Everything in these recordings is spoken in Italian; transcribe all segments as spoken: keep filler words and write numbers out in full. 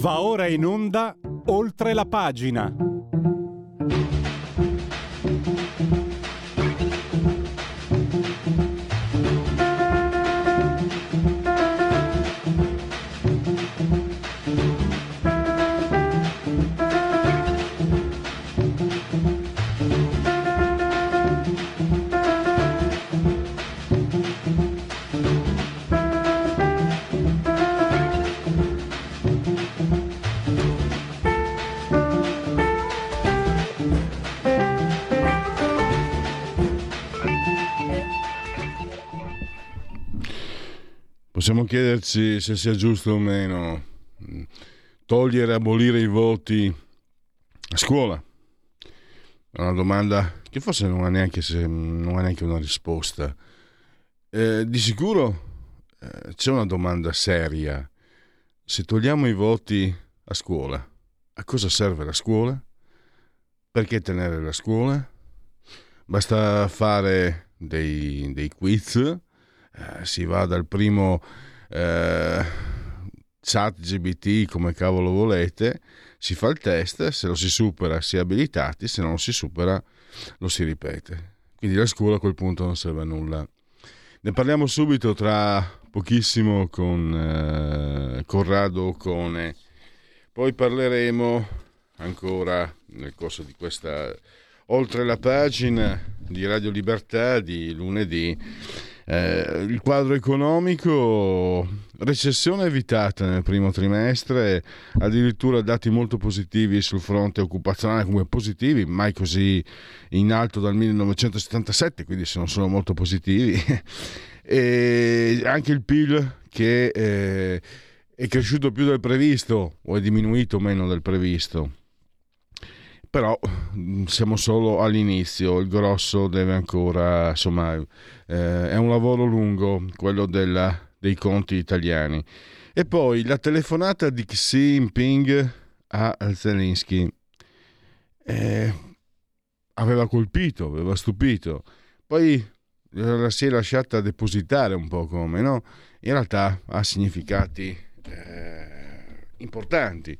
Va ora in onda Oltre la pagina. Possiamo chiederci se sia giusto o meno togliere e abolire i voti a scuola. È una domanda che forse non ha neanche, se, non ha neanche una risposta. Eh, di sicuro eh, c'è una domanda seria. Se togliamo i voti a scuola, a cosa serve la scuola? Perché tenere la scuola? Basta fare dei, dei quiz. Eh, si va dal primo eh, chat G P T, come cavolo volete, si fa il test, se lo si supera si è abilitati, se non lo si supera lo si ripete. Quindi la scuola a quel punto non serve a nulla. Ne parliamo subito tra pochissimo con eh, Corrado Occone, poi parleremo ancora nel corso di questa Oltre la pagina di Radio Libertà di lunedì. Eh, il quadro economico, recessione evitata nel primo trimestre, addirittura dati molto positivi sul fronte occupazionale, comunque positivi, mai così in alto dal millenovecentosettantasette, quindi sono solo molto positivi. E anche il P I L che eh, è cresciuto più del previsto o è diminuito meno del previsto. Però siamo solo all'inizio, il grosso deve ancora, insomma, eh, è un lavoro lungo quello della, dei conti italiani. E poi la telefonata di Xi Jinping a Zelensky eh, aveva colpito, aveva stupito, poi la si è lasciata depositare un po' come, no? In realtà ha significati eh, importanti.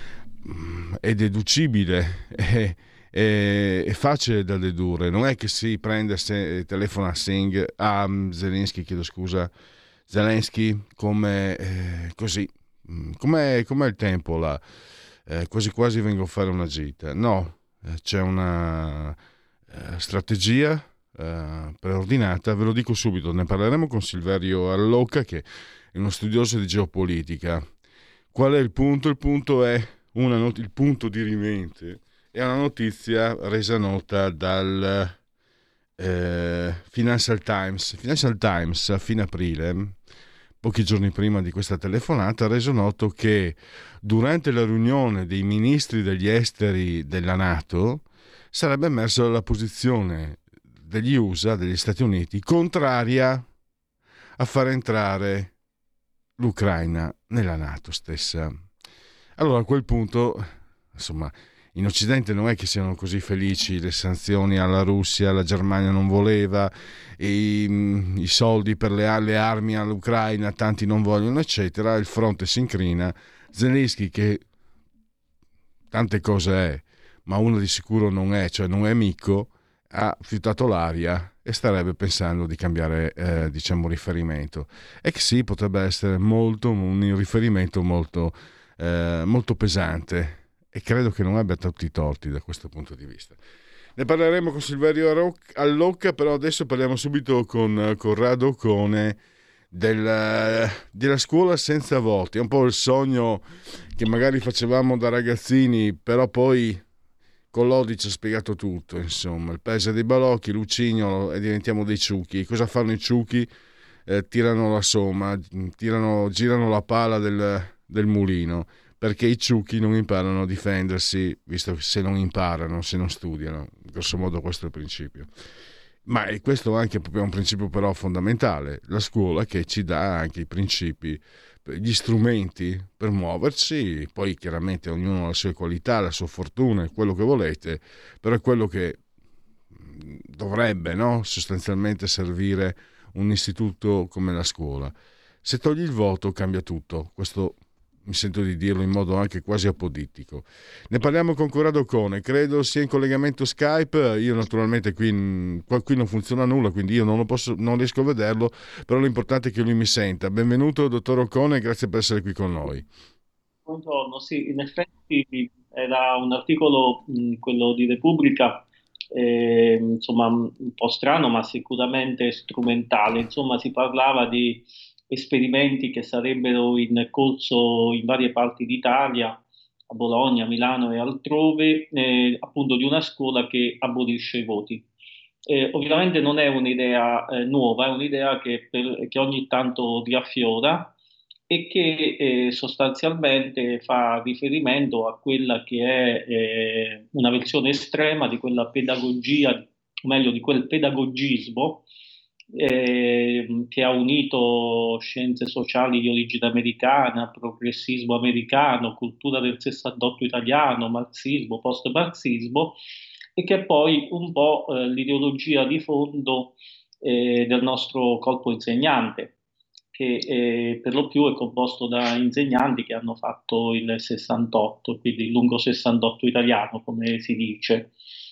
È deducibile, è, è, è facile da dedurre. Non è che si prende se, telefona a Singh, a Zelensky, chiedo scusa, Zelensky come eh, così, com'è, com'è il tempo là, eh, quasi quasi vengo a fare una gita. No, eh, c'è una eh, strategia eh, preordinata, ve lo dico subito, ne parleremo con Silverio Allocca che è uno studioso di geopolitica. Qual è il punto? Il punto è Una not- il punto di rimente è una notizia resa nota dal eh, Financial Times. Financial Times a fine aprile, pochi giorni prima di questa telefonata, ha reso noto che durante la riunione dei ministri degli esteri della NATO sarebbe emersa la posizione degli U S A, degli Stati Uniti, contraria a far entrare l'Ucraina nella NATO stessa. Allora a quel punto, insomma, in Occidente non è che siano così felici le sanzioni alla Russia, la Germania non voleva, i, i soldi per le, le armi all'Ucraina, tanti non vogliono, eccetera, il fronte si incrina. Zelensky, che tante cose è, ma uno di sicuro non è, cioè non è amico, ha fiutato l'aria e starebbe pensando di cambiare eh, diciamo riferimento. E che sì, potrebbe essere molto un riferimento molto Eh, molto pesante, e credo che non abbia tutti i torti da questo punto di vista. Ne parleremo con Silverio Allocca, però adesso parliamo subito con Corrado Occone della, della scuola senza voti. È un po' il sogno che magari facevamo da ragazzini, però poi Collodi ci ha spiegato tutto, insomma, il paese dei balocchi, Lucignolo, e diventiamo dei ciuchi. Cosa fanno i ciuchi? Eh, tirano la somma, tirano, girano la pala del del mulino, perché i ciuchi non imparano a difendersi, visto che se non imparano, se non studiano, grosso modo questo è il principio. Ma è questo anche proprio un principio però fondamentale, la scuola che ci dà anche i principi, gli strumenti per muoverci, poi chiaramente ognuno ha le sue qualità, la sua fortuna, quello che volete, però è quello che dovrebbe, no? Sostanzialmente servire un istituto come la scuola. Se togli il voto cambia tutto, questo mi sento di dirlo in modo anche quasi apodittico. Ne parliamo con Corrado Cone, credo sia in collegamento Skype. Io naturalmente qui, qui non funziona nulla, quindi io non, lo posso, non riesco a vederlo, però l'importante è che lui mi senta. Benvenuto dottor Ocone, grazie per essere qui con noi. Buongiorno, sì, in effetti era un articolo, mh, quello di Repubblica, eh, insomma un po' strano ma sicuramente strumentale. Insomma, si parlava di esperimenti che sarebbero in corso in varie parti d'Italia, a Bologna, Milano e altrove, eh, appunto di una scuola che abolisce i voti. Eh, ovviamente non è un'idea eh, nuova, è un'idea che, per- che ogni tanto riaffiora e che eh, sostanzialmente fa riferimento a quella che è eh, una versione estrema di quella pedagogia, o meglio di quel pedagogismo eh, che ha unito scienze sociali di origine americana, progressismo americano, cultura del sessantotto italiano, marxismo, post-marxismo, e che è poi un po' eh, l'ideologia di fondo eh, del nostro corpo insegnante, che eh, per lo più è composto da insegnanti che hanno fatto il sessantotto, quindi il lungo sessantotto italiano, come si dice.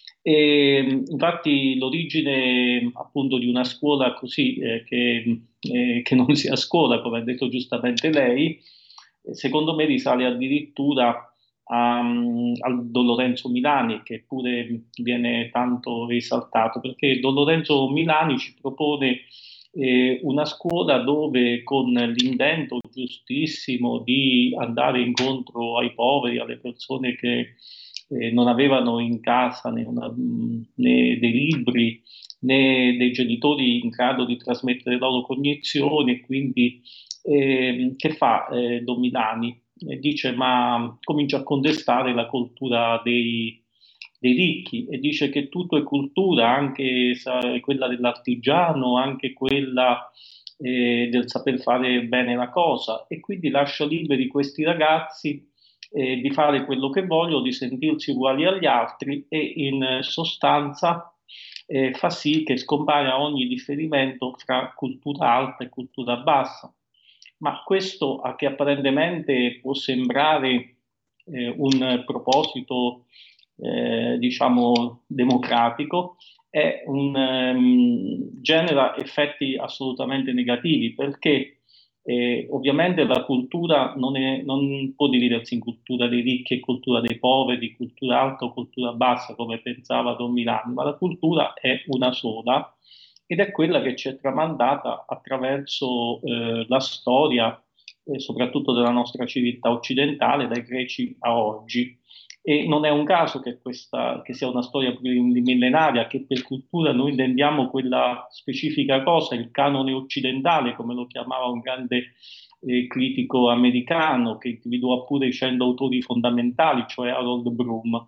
E, infatti l'origine appunto di una scuola così, eh, che, eh, che non sia scuola, come ha detto giustamente lei, eh, secondo me risale addirittura a, a Don Lorenzo Milani, che pure viene tanto risaltato, perché Don Lorenzo Milani ci propone eh, una scuola dove, con l'intento giustissimo di andare incontro ai poveri, alle persone che eh, non avevano in casa né, una, né dei libri né dei genitori in grado di trasmettere le loro cognizioni, e quindi eh, che fa eh, Don Milani? E dice, ma comincia a contestare la cultura dei, dei ricchi, e dice che tutto è cultura, anche sa, quella dell'artigiano, anche quella eh, del saper fare bene la cosa, e quindi lascia liberi questi ragazzi eh, di fare quello che vogliono, di sentirsi uguali agli altri, e in sostanza eh, fa sì che scompaia ogni differimento fra cultura alta e cultura bassa. Ma questo, a che apparentemente può sembrare eh, un proposito, eh, diciamo, democratico, è un, um, genera effetti assolutamente negativi, perché eh, ovviamente la cultura non, è, non può dividersi in cultura dei ricchi e cultura dei poveri, cultura alta o cultura bassa, come pensava Don Milani, ma la cultura è una sola, ed è quella che ci è tramandata attraverso eh, la storia, eh, soprattutto della nostra civiltà occidentale, dai greci a oggi. E non è un caso che, questa, che sia una storia millenaria, che per cultura noi intendiamo quella specifica cosa, il canone occidentale, come lo chiamava un grande eh, critico americano, che individuò pure i cento autori fondamentali, cioè Harold Bloom.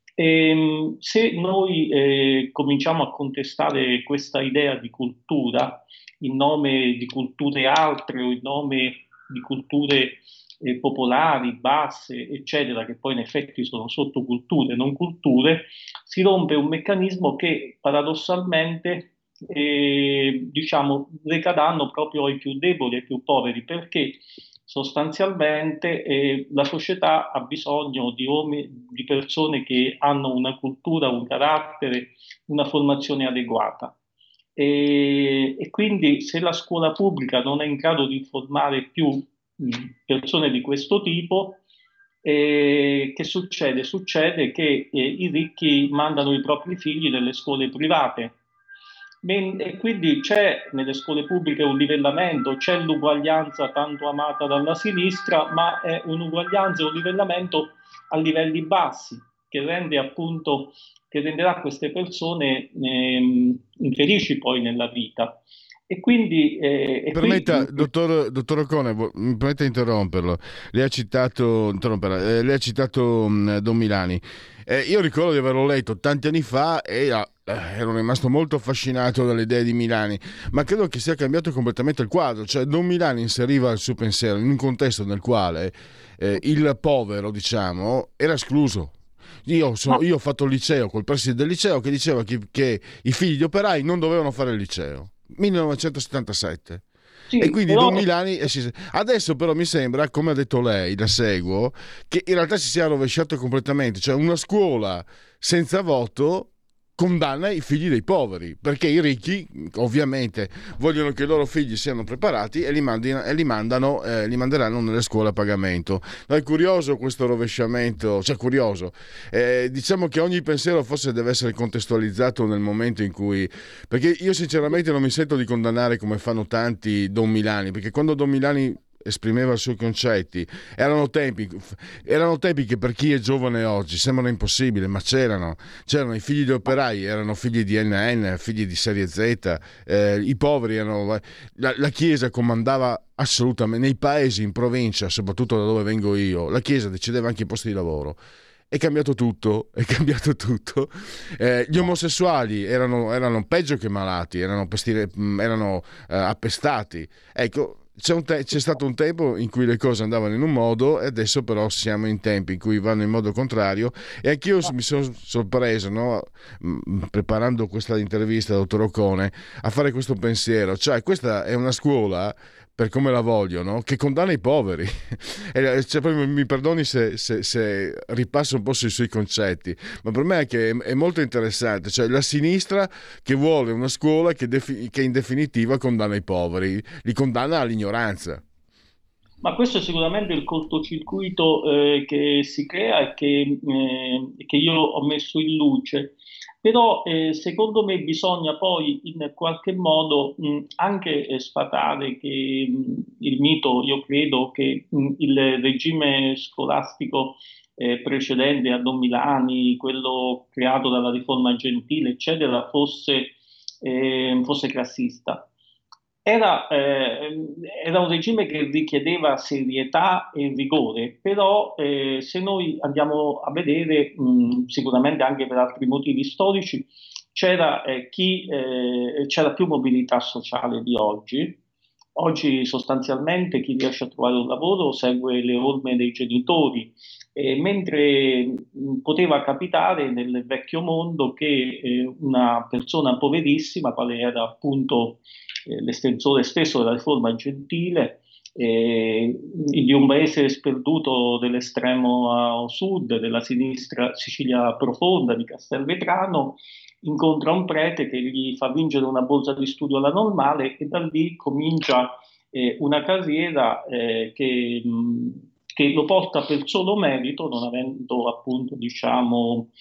E, se noi eh, cominciamo a contestare questa idea di cultura in nome di culture altre o in nome di culture eh, popolari, basse, eccetera, che poi in effetti sono sottoculture, non culture, si rompe un meccanismo che paradossalmente eh, diciamo reca danno proprio ai più deboli, ai più poveri, perché sostanzialmente eh, la società ha bisogno di, uomini, di persone che hanno una cultura, un carattere, una formazione adeguata. E, e quindi se la scuola pubblica non è in grado di formare più mh, persone di questo tipo, eh, che succede? Succede che eh, i ricchi mandano i propri figli nelle scuole private. E quindi c'è nelle scuole pubbliche un livellamento, c'è l'uguaglianza tanto amata dalla sinistra, ma è un'uguaglianza e un livellamento a livelli bassi, che rende appunto, che renderà queste persone eh, infelici poi nella vita. E quindi eh, e Permetta, qui... dottor, dottor Ocone, mi permette di interromperlo. Lei ha citato, eh, lei ha citato um, Don Milani. Eh, io ricordo di averlo letto tanti anni fa e ah, ero rimasto molto affascinato dalle idee di Milani, ma credo che sia cambiato completamente il quadro. Cioè, Don Milani inseriva il suo pensiero in un contesto nel quale eh, il povero, diciamo, era escluso. Io, sono, io ho fatto il liceo col preside del liceo che diceva che, che i figli di operai non dovevano fare il liceo. millenovecentosettantasette. Sì, E quindi però... Don Milani eh, si- adesso però mi sembra, come ha detto lei, la seguo, che in realtà si sia rovesciato completamente, cioè una scuola senza voto condanna i figli dei poveri, perché i ricchi ovviamente vogliono che i loro figli siano preparati e li, mandi- e li mandano eh, li manderanno nelle scuole a pagamento. No, è curioso questo rovesciamento, cioè curioso. Eh, diciamo che ogni pensiero forse deve essere contestualizzato nel momento in cui, perché io sinceramente non mi sento di condannare come fanno tanti Don Milani, perché quando Don Milani esprimeva i suoi concetti erano tempi erano tempi che per chi è giovane oggi sembrano impossibili, ma c'erano c'erano i figli di operai, erano figli di N N, figli di serie Z, eh, i poveri erano la, la Chiesa comandava assolutamente nei paesi, in provincia, soprattutto da dove vengo io, la Chiesa decideva anche i posti di lavoro. È cambiato tutto, è cambiato tutto. Eh, gli omosessuali erano, erano peggio che malati, erano, pestire, erano eh, appestati. Ecco, c'è, un te- c'è stato un tempo in cui le cose andavano in un modo e adesso però siamo in tempi in cui vanno in modo contrario, e anch'io mi sono sorpreso, no? Preparando questa intervista, dottor Occone, a fare questo pensiero, cioè questa è una scuola, per come la vogliono, che condanna i poveri. E, cioè, poi mi perdoni se, se, se ripasso un po' sui suoi concetti, ma per me è, che è, è molto interessante, cioè la sinistra che vuole una scuola che, defi- che in definitiva condanna i poveri, li condanna all'ignoranza. Ma questo è sicuramente il cortocircuito eh, che si crea e che, eh, che io ho messo in luce. Però eh, secondo me bisogna poi in qualche modo mh, anche eh, sfatare che mh, il mito, io credo che mh, il regime scolastico eh, precedente a Don Milani, quello creato dalla riforma Gentile, eccetera, fosse, eh, fosse classista. Era, eh, era un regime che richiedeva serietà e rigore, però eh, se noi andiamo a vedere, mh, sicuramente anche per altri motivi storici, c'era eh, chi, eh, c'era più mobilità sociale di oggi. Oggi sostanzialmente chi riesce a trovare un lavoro segue le orme dei genitori, eh, mentre mh, poteva capitare nel vecchio mondo che eh, una persona poverissima, quale era appunto eh, l'estensore stesso della riforma Gentile, eh, di un paese sperduto dell'estremo sud, della sinistra Sicilia profonda, di Castelvetrano, incontra un prete che gli fa vincere una borsa di studio alla Normale e da lì comincia eh, una carriera eh, che, mh, che lo porta per solo merito, non avendo appunto diciamo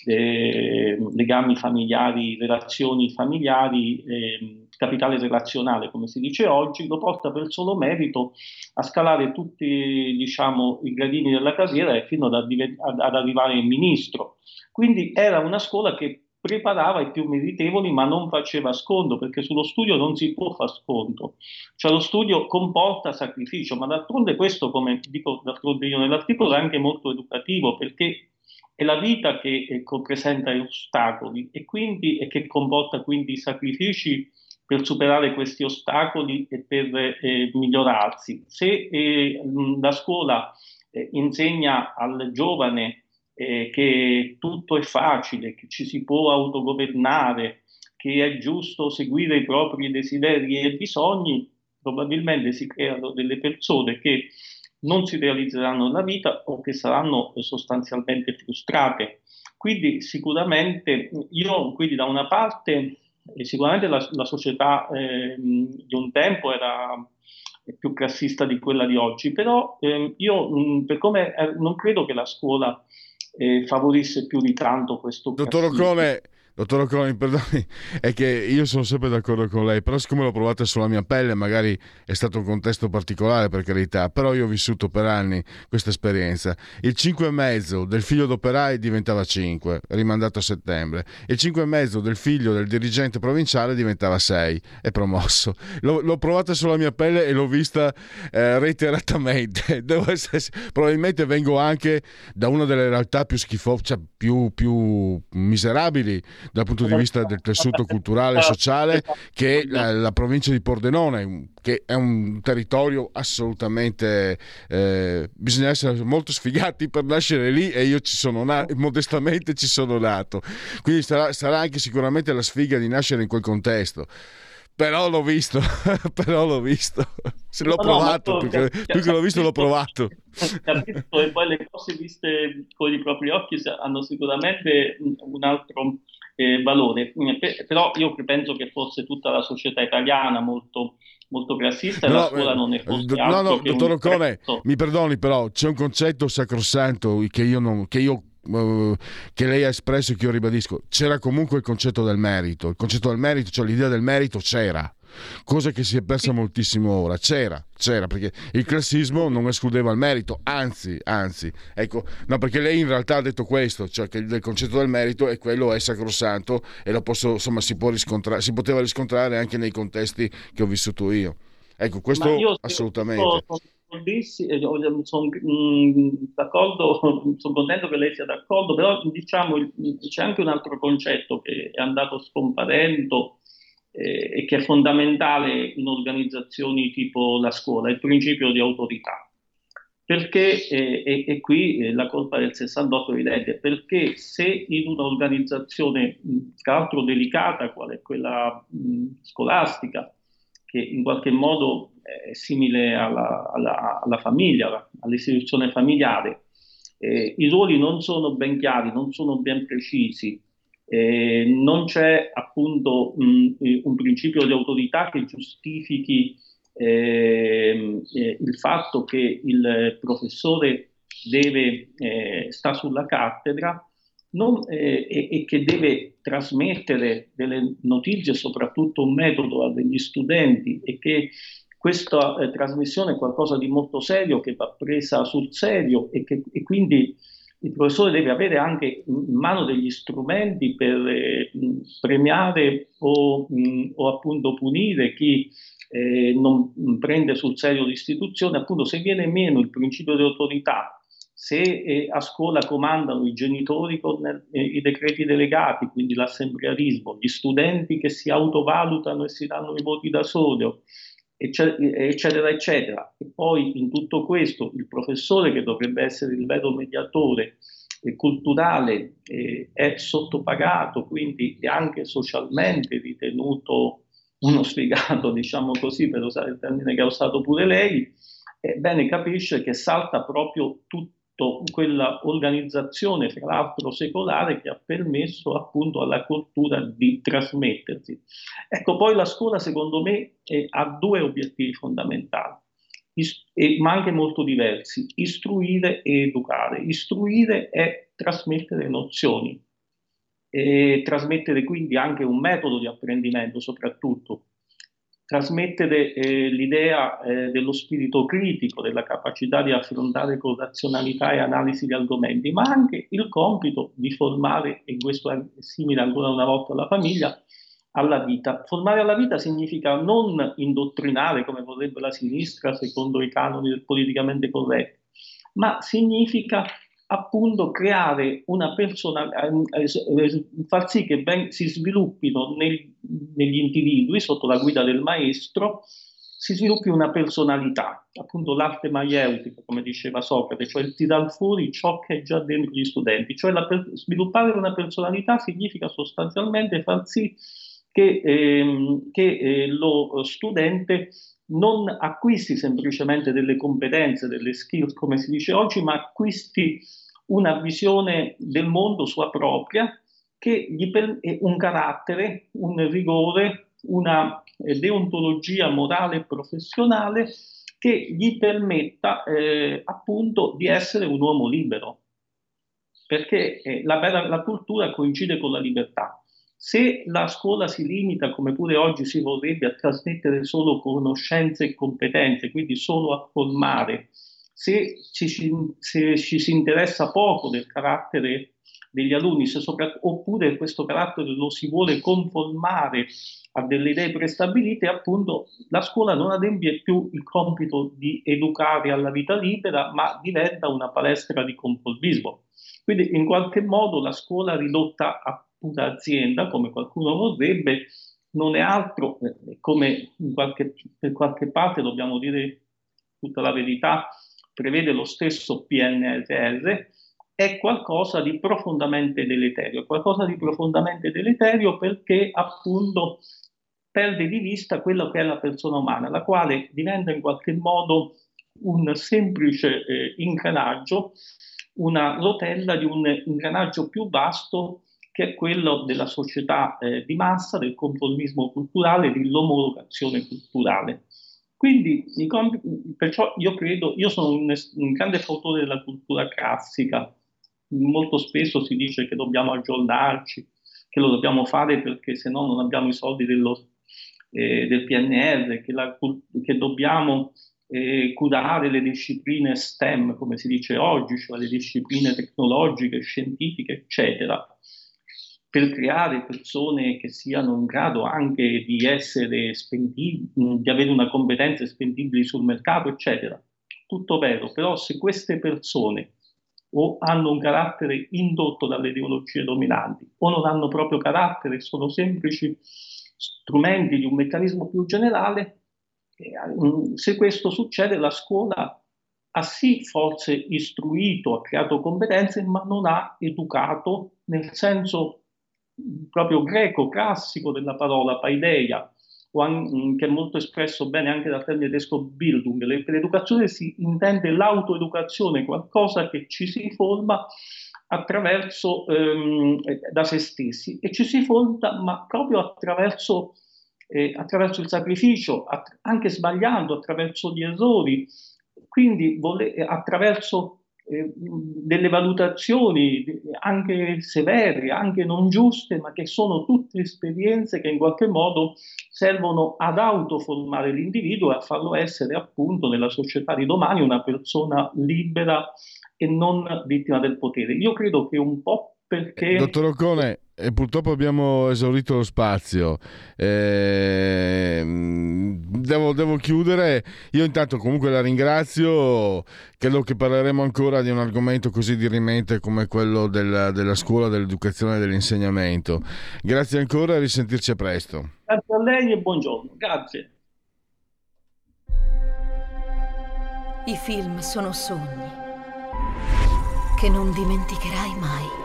eh, legami familiari, relazioni familiari, eh, capitale relazionale come si dice oggi, lo porta per solo merito a scalare tutti diciamo i gradini della carriera e fino ad, addiven- ad, ad arrivare ministro. Quindi era una scuola che preparava i più meritevoli ma non faceva sconto, perché sullo studio non si può far sconto, cioè lo studio comporta sacrificio, ma d'altronde questo, come dico d'altronde io nell'articolo, è anche molto educativo, perché è la vita che eh, presenta ostacoli e, quindi, e che comporta quindi sacrifici per superare questi ostacoli e per eh, migliorarsi. Se eh, la scuola eh, insegna al giovane eh, che tutto è facile, che ci si può autogovernare, che è giusto seguire i propri desideri e bisogni, probabilmente si creano delle persone che non si realizzeranno nella vita o che saranno sostanzialmente frustrate. Quindi sicuramente io, quindi da una parte, eh, sicuramente la, la società eh, di un tempo era più classista di quella di oggi, però eh, io mh, per come, eh, non credo che la scuola eh, favorisse più di tanto questo Dottor classismo. Ocone, dottor Ocone, perdoni, è che io sono sempre d'accordo con lei, però siccome l'ho provata sulla mia pelle, magari è stato un contesto particolare, per carità, però io ho vissuto per anni questa esperienza. Il cinque e mezzo del figlio d'operai diventava cinque, rimandato a settembre. Il cinque e mezzo del figlio del dirigente provinciale diventava sei, è promosso. L'ho, l'ho provata sulla mia pelle e l'ho vista eh, reiteratamente. Devo essere, probabilmente vengo anche da una delle realtà più schifose, cioè più, più miserabili dal punto di vista del tessuto culturale e sociale, che è la, la provincia di Pordenone, che è un territorio assolutamente eh, bisogna essere molto sfigati per nascere lì, e io ci sono nato, modestamente ci sono nato, quindi sarà, sarà anche sicuramente la sfiga di nascere in quel contesto. Però l'ho visto, però l'ho visto. Se l'ho No, no, ma provato, io più che, cap- più che l'ho visto, l'ho capisco, provato. capisco, e poi le cose viste con i propri occhi sa- hanno sicuramente un un altro eh, valore. Mm, pe- Però io penso che fosse tutta la società italiana molto, molto classista e No, la no, scuola eh, non ne fosse no, altro no, che un dottor Ocone, riflesso. mi perdoni, però c'è un concetto sacrosanto che io non, che io eh, che lei ha espresso e che io ribadisco. C'era comunque il concetto del merito. Il concetto del merito, cioè l'idea del merito c'era. Cosa che si è persa moltissimo ora. C'era, c'era, perché il classismo non escludeva il merito, anzi, anzi, ecco, no, perché lei in realtà ha detto questo, cioè che il concetto del merito è quello, è sacrosanto e lo posso, insomma, si può riscontrare, si poteva riscontrare anche nei contesti che ho vissuto io. Ecco, Ma questo io assolutamente. sono d'accordo, sono contento che lei sia d'accordo, però diciamo il- c'è anche un altro concetto che è andato scomparendo eh, e che è fondamentale in organizzazioni tipo la scuola, il principio di autorità. Perché, eh, e, e qui eh, la colpa del sessantotto è evidente, perché se in un'organizzazione, mh, tra l'altro delicata, quale è quella mh, scolastica, che in qualche modo è simile alla, alla- alla famiglia, all'istituzione familiare, eh, i ruoli non sono ben chiari, non sono ben precisi, eh, non c'è appunto mh, eh, un principio di autorità che giustifichi ehm, eh, il fatto che il professore deve eh, sta sulla cattedra non- eh, e, e che deve trasmettere delle notizie, soprattutto un metodo a degli studenti e che questa eh, trasmissione è qualcosa di molto serio che va presa sul serio e che e quindi il professore deve avere anche in mano degli strumenti per eh, mh, premiare o, mh, o appunto punire chi eh, non prende sul serio l'istituzione, appunto se viene meno il principio di autorità, se eh, a scuola comandano i genitori con eh, i decreti delegati, quindi l'assemblearismo, gli studenti che si autovalutano e si danno i voti da solo, eccetera, eccetera. E poi in tutto questo il professore, che dovrebbe essere il vero mediatore eh, culturale, eh, è sottopagato, quindi è anche socialmente ritenuto uno sfigato, diciamo così, per usare il termine che ha usato pure lei, ebbene capisce che salta proprio tutta quella organizzazione, fra l'altro secolare, che ha permesso appunto alla cultura di trasmettersi. Ecco, poi la scuola, secondo me, eh, ha due obiettivi fondamentali, is- e- ma anche molto diversi: istruire e educare. Istruire è trasmettere nozioni, e trasmettere quindi anche un metodo di apprendimento, soprattutto trasmettere eh, l'idea eh, dello spirito critico, della capacità di affrontare con razionalità e analisi gli argomenti, ma anche il compito di formare, e questo è simile ancora una volta alla famiglia, alla vita. Formare alla vita significa non indottrinare come vorrebbe la sinistra secondo i canoni del politicamente corretto, ma significa appunto creare una persona, eh, eh, far sì che ben, si sviluppino nel- negli individui sotto la guida del maestro, si sviluppi una personalità, appunto l'arte maieutica, come diceva Socrate, cioè il tirar fuori ciò che è già dentro gli studenti, cioè la per- sviluppare una personalità significa sostanzialmente far sì che, ehm, che eh, lo studente non acquisti semplicemente delle competenze, delle skills, come si dice oggi, ma acquisti una visione del mondo sua propria, che gli per- e un carattere, un rigore, una eh, deontologia morale e professionale che gli permetta eh, appunto di essere un uomo libero, perché eh, la, vera- la cultura coincide con la libertà. Se la scuola si limita, come pure oggi si vorrebbe, a trasmettere solo conoscenze e competenze, quindi solo a formare, se ci, ci- se ci si interessa poco del carattere degli alunni, se sopra- oppure questo carattere lo si vuole conformare a delle idee prestabilite, appunto la scuola non adempie più il compito di educare alla vita libera, ma diventa una palestra di conformismo. Quindi in qualche modo la scuola ridotta a pura azienda, come qualcuno vorrebbe, non è altro, eh, come in qualche, per qualche parte dobbiamo dire tutta la verità, prevede lo stesso P N R R, è qualcosa di profondamente deleterio, qualcosa di profondamente deleterio perché appunto perde di vista quello che è la persona umana, la quale diventa in qualche modo un semplice eh, ingranaggio, una rotella di un ingranaggio più vasto che è quello della società eh, di massa, del conformismo culturale, dell'omologazione culturale. Quindi, perciò io credo, io sono un, un grande fautore della cultura classica. Molto spesso si dice che dobbiamo aggiornarci, che lo dobbiamo fare perché se no non abbiamo i soldi dello, eh, del P N R R, che, la, che dobbiamo eh, curare le discipline STEM, come si dice oggi, cioè le discipline tecnologiche, scientifiche, eccetera, per creare persone che siano in grado anche di essere spendibili, di avere una competenza spendibili sul mercato, eccetera. Tutto vero, però se queste persone o hanno un carattere indotto dalle ideologie dominanti o non hanno proprio carattere, sono semplici strumenti di un meccanismo più generale, se questo succede la scuola ha sì forse istruito, ha creato competenze, ma non ha educato nel senso proprio greco, classico della parola, paideia, o an- che è molto espresso bene anche dal termine tedesco Bildung. Le- Per educazione si intende l'autoeducazione, qualcosa che ci si forma attraverso, ehm, da se stessi, e ci si forma ma proprio attraverso, eh, attraverso il sacrificio, att- anche sbagliando, attraverso gli errori, quindi vole- attraverso eh, delle valutazioni anche severe, anche non giuste, ma che sono tutte esperienze che in qualche modo servono ad autoformare l'individuo e a farlo essere appunto nella società di domani una persona libera e non vittima del potere. Io credo che un po' perché... Dottor Occone, e purtroppo abbiamo esaurito lo spazio. Eh, devo, devo chiudere. Io intanto comunque la ringrazio. Credo che parleremo ancora di un argomento così dirimente come quello della, della scuola, dell'educazione e dell'insegnamento. Grazie ancora e risentirci a presto. Grazie a lei e buongiorno. Grazie. I film sono sogni che non dimenticherai mai.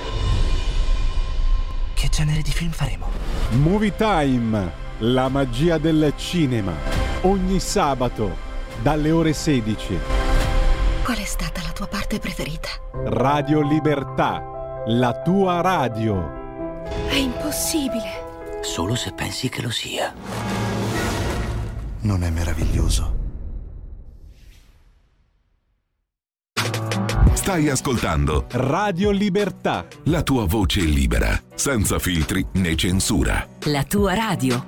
Che genere di film faremo? Movie Time, la magia del cinema. Ogni sabato, dalle ore sedici. Qual è stata la tua parte preferita? Radio Libertà, la tua radio. È impossibile. Solo se pensi che lo sia. Non è meraviglioso? Stai ascoltando Radio Libertà. la tua voce libera, senza filtri né censura. La tua radio.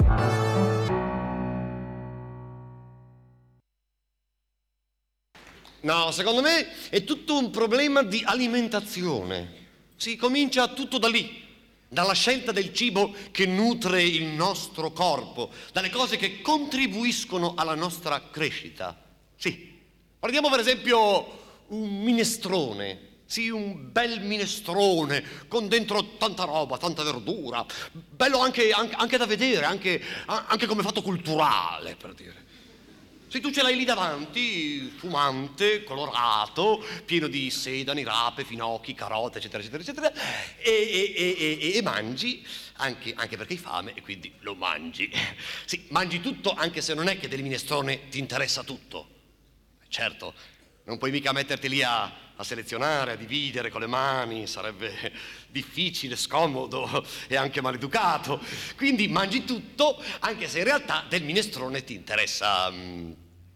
No, secondo me è tutto un problema di alimentazione. Si comincia tutto da lì, dalla scelta del cibo che nutre il nostro corpo, dalle cose che contribuiscono alla nostra crescita. Sì, prendiamo per esempio un minestrone, sì, un bel minestrone con dentro tanta roba, tanta verdura, bello anche, anche, anche da vedere, anche, anche come fatto culturale, per dire. Se tu ce l'hai lì davanti, fumante, colorato, pieno di sedani, rape, finocchi, carote, eccetera, eccetera, eccetera, e, e, e, e mangi, anche, anche perché hai fame, e quindi lo mangi. Sì, mangi tutto, anche se non è che del minestrone ti interessa tutto. Certo, non puoi mica metterti lì a, a selezionare, a dividere con le mani, sarebbe difficile, scomodo e anche maleducato. Quindi mangi tutto, anche se in realtà del minestrone ti interessa... Um,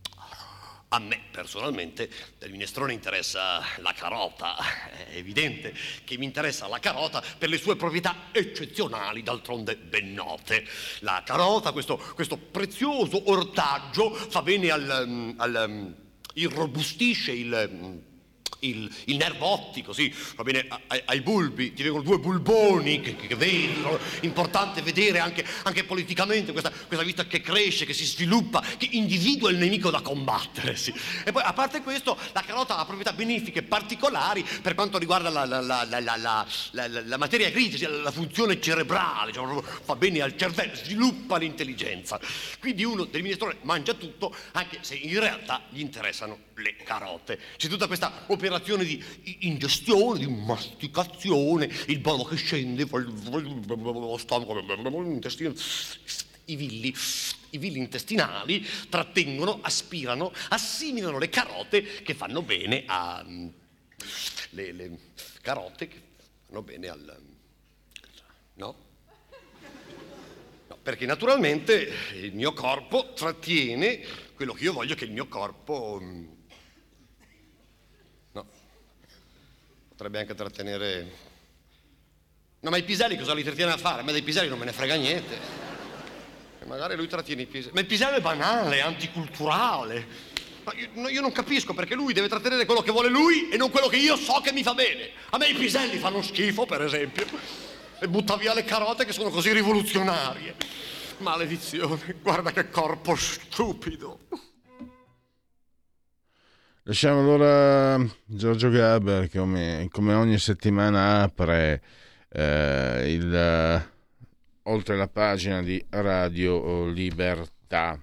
a me personalmente del minestrone interessa la carota. È evidente che mi interessa la carota per le sue proprietà eccezionali, d'altronde ben note. La carota, questo, questo prezioso ortaggio, fa bene al... al irrobustisce il, il, il nervo ottico, sì, va bene ai, ai bulbi, ti vengono due bulboni che, che, che vedono, importante vedere anche, anche politicamente questa, questa vita che cresce, che si sviluppa, che individua il nemico da combattere, sì. E poi a parte questo la carota ha proprietà benefiche particolari per quanto riguarda la, la, la, la, la, la, la, la materia grigia, la funzione cerebrale, cioè, fa bene al cervello, sviluppa l'intelligenza. Quindi uno del minestrone mangia tutto, anche se in realtà gli interessano le carote. C'è tutta questa operazione di ingestione, di masticazione, il bolo che scende, lo stomaco, l'intestino, i villi, i villi intestinali trattengono, aspirano, assimilano le carote che fanno bene a... le, le carote che fanno bene al... no? No, perché naturalmente il mio corpo trattiene quello che io voglio che il mio corpo... no, potrebbe anche trattenere... no, ma i piselli cosa li trattiene a fare? A me dei piselli non me ne frega niente. Magari lui trattiene i piselli. Ma il pisello è banale, è anticulturale. Ma io, no, io non capisco perché lui deve trattenere quello che vuole lui e non quello che io so che mi fa bene. A me i piselli fanno schifo, per esempio. E butta via le carote che sono così rivoluzionarie. Maledizione, guarda che corpo stupido. Lasciamo allora Giorgio Gaber che come, come ogni settimana apre eh, il... oltre la pagina di Radio Libertà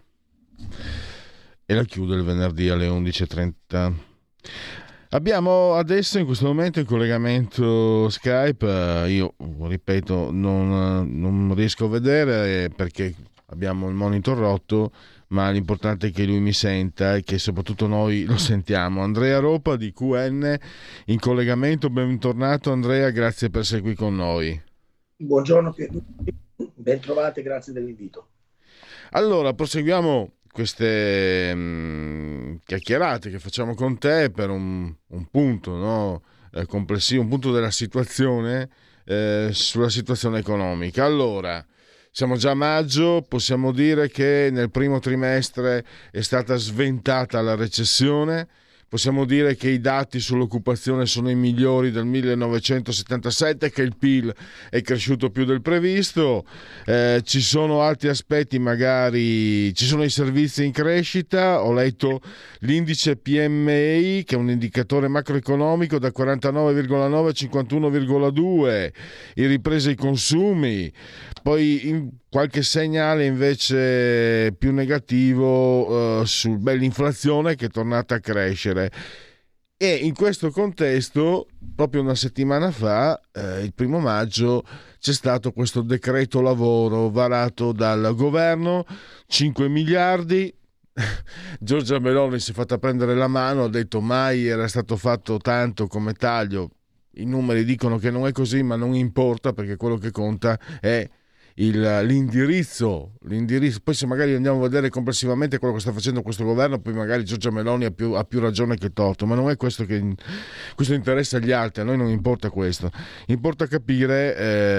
e la chiude il venerdì alle undici e trenta. Abbiamo adesso in questo momento in collegamento Skype, io ripeto non, non riesco a vedere perché abbiamo il monitor rotto, ma l'importante è che lui mi senta e che soprattutto noi lo sentiamo. Andrea Ropa di Q N in collegamento, bentornato Andrea, grazie per essere qui con noi. Buongiorno, ben trovate, grazie dell'invito. Allora, proseguiamo queste mh, chiacchierate che facciamo con te per un, un punto, no? eh, complessivo, un punto della situazione eh, sulla situazione economica. Allora, siamo già a maggio, possiamo dire che nel primo trimestre è stata sventata la recessione. Possiamo dire che i dati sull'occupazione sono i migliori del millenovecentosettantasette, che il P I L è cresciuto più del previsto, eh, ci sono altri aspetti, magari ci sono i servizi in crescita, ho letto l'indice P M I che è un indicatore macroeconomico da quarantanove virgola nove a cinquantuno virgola due, in ripresa i consumi, poi in qualche segnale invece più negativo eh, su beh, l'inflazione che è tornata a crescere. E in questo contesto, proprio una settimana fa, eh, il primo maggio, c'è stato questo decreto lavoro varato dal governo, cinque miliardi. Giorgia Meloni si è fatta prendere la mano, ha detto mai era stato fatto tanto come taglio. I numeri dicono che non è così, ma non importa, perché quello che conta è Il, l'indirizzo, l'indirizzo. Poi se magari andiamo a vedere complessivamente quello che sta facendo questo governo, poi magari Giorgia Meloni ha più, ha più ragione che torto, ma non è questo che questo interessa agli altri, a noi non importa questo, importa capire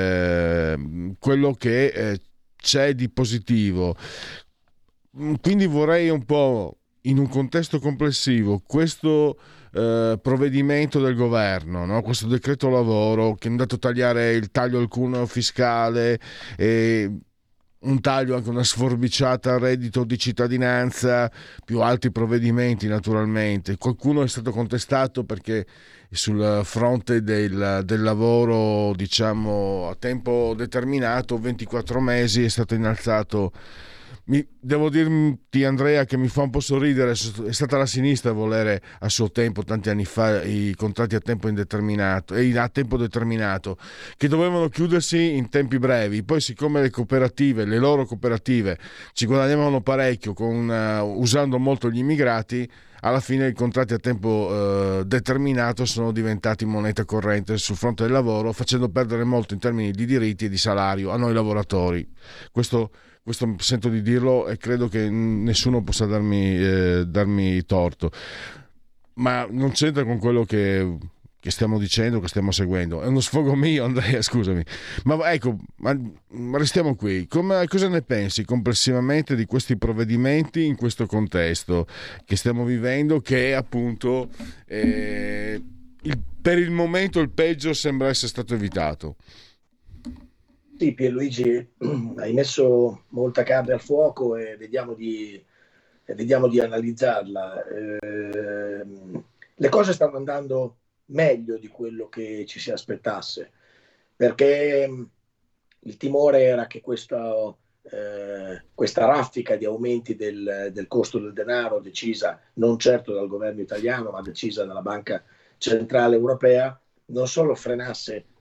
eh, quello che eh, c'è di positivo. Quindi vorrei un po' in un contesto complessivo questo eh, provvedimento del governo, no? Questo decreto lavoro che è andato a tagliare il taglio al cuneo fiscale e un taglio, anche una sforbiciata al reddito di cittadinanza, più altri provvedimenti naturalmente. Qualcuno è stato contestato perché sul fronte del, del lavoro, diciamo, a tempo determinato, ventiquattro mesi, è stato innalzato. Mi, devo dirti Andrea che mi fa un po' sorridere, è stata la sinistra a volere a suo tempo, tanti anni fa, i contratti a tempo indeterminato e a tempo determinato che dovevano chiudersi in tempi brevi. Poi siccome le cooperative, le loro cooperative ci guadagnavano parecchio con, uh, usando molto gli immigrati, alla fine i contratti a tempo uh, determinato sono diventati moneta corrente sul fronte del lavoro, facendo perdere molto in termini di diritti e di salario a noi lavoratori. Questo Questo sento di dirlo e credo che nessuno possa darmi, eh, darmi torto, ma non c'entra con quello che, che stiamo dicendo, che stiamo seguendo. È uno sfogo mio, Andrea, scusami. Ma ecco, ma, ma restiamo qui. Come, cosa ne pensi complessivamente di questi provvedimenti in questo contesto che stiamo vivendo, che appunto eh, il, per il momento il peggio sembra essere stato evitato? Sì, Pierluigi, hai messo molta carne al fuoco e vediamo di, e vediamo di analizzarla. Eh, le cose stanno andando meglio di quello che ci si aspettasse, perché il timore era che questa, eh, questa raffica di aumenti del, del costo del denaro, decisa non certo dal governo italiano, ma decisa dalla Banca Centrale Europea, non solo frenasse quella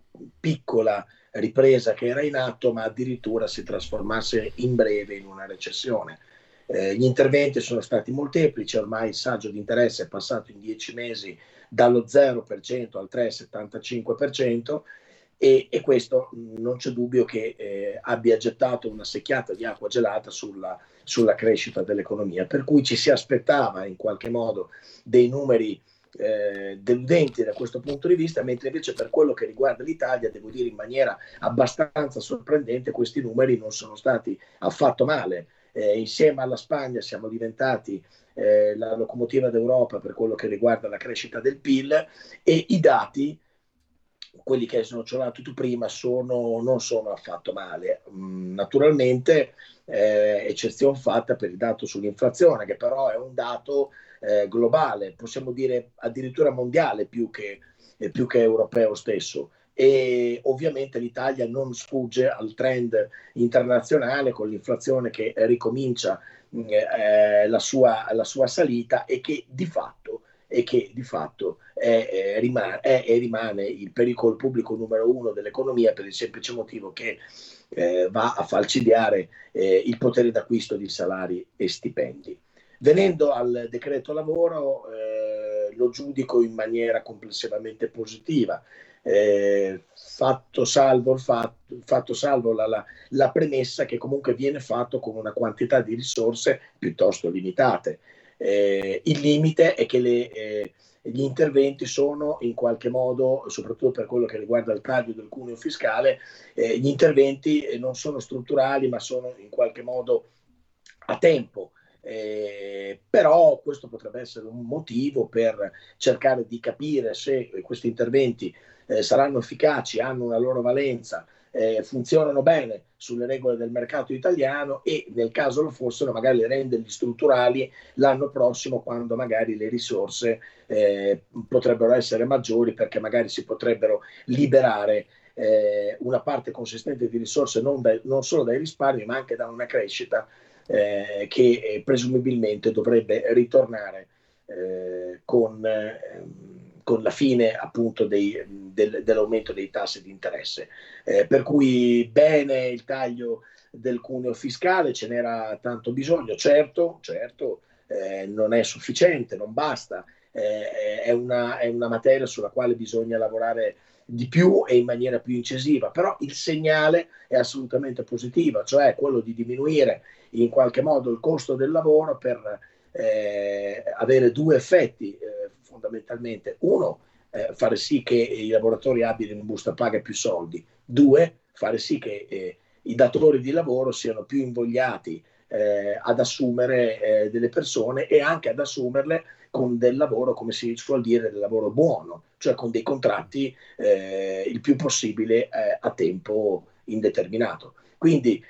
piccola ripresa che era in atto, ma addirittura si trasformasse in breve in una recessione. Eh, gli interventi sono stati molteplici, ormai il saggio di interesse è passato in dieci mesi dallo zero per cento al tre virgola settantacinque per cento e, e questo non c'è dubbio che eh, abbia gettato una secchiata di acqua gelata sulla, sulla crescita dell'economia, per cui ci si aspettava in qualche modo dei numeri eh, deludenti da questo punto di vista, mentre invece per quello che riguarda l'Italia, devo dire in maniera abbastanza sorprendente, questi numeri non sono stati affatto male. Eh, insieme alla Spagna siamo diventati eh, la locomotiva d'Europa per quello che riguarda la crescita del P I L e i dati, quelli che hai snocciolato tu prima, sono, non sono affatto male. Mm, naturalmente eh, eccezione fatta per il dato sull'inflazione, che però è un dato eh, globale, possiamo dire addirittura mondiale più che, eh, più che europeo stesso. E ovviamente l'Italia non sfugge al trend internazionale con l'inflazione che ricomincia eh, la, sua, la sua salita e che di fatto, e che di fatto è, è, rimane, è e rimane il pericolo pubblico numero uno dell'economia, per il semplice motivo che eh, va a falcidiare eh, il potere d'acquisto di salari e stipendi. Venendo al decreto lavoro, eh, lo giudico in maniera complessivamente positiva. Eh, fatto salvo, il fatto, fatto salvo la, la, la premessa che comunque viene fatto con una quantità di risorse piuttosto limitate. Eh, il limite è che le, eh, gli interventi sono in qualche modo, soprattutto per quello che riguarda il taglio del cuneo fiscale, eh, gli interventi non sono strutturali ma sono in qualche modo a tempo. Eh, però questo potrebbe essere un motivo per cercare di capire se questi interventi eh, saranno efficaci, hanno una loro valenza, eh, funzionano bene sulle regole del mercato italiano e nel caso lo fossero magari renderli strutturali l'anno prossimo, quando magari le risorse eh, potrebbero essere maggiori, perché magari si potrebbero liberare eh, una parte consistente di risorse non, da, non solo dai risparmi ma anche da una crescita Eh, che eh, presumibilmente dovrebbe ritornare eh, con, eh, con la fine appunto dei, del, dell'aumento dei tassi di interesse. Eh, per cui bene il taglio del cuneo fiscale, ce n'era tanto bisogno, certo, certo eh, non è sufficiente, non basta, eh, è, una, è una materia sulla quale bisogna lavorare di più e in maniera più incisiva, però il segnale è assolutamente positivo, cioè quello di diminuire in qualche modo il costo del lavoro per eh, avere due effetti eh, fondamentalmente. Uno, eh, fare sì che i lavoratori abbiano in busta paga più soldi. Due, fare sì che eh, i datori di lavoro siano più invogliati eh, ad assumere eh, delle persone e anche ad assumerle con del lavoro, come si suol dire, del lavoro buono, cioè con dei contratti eh, il più possibile eh, a tempo indeterminato. Quindi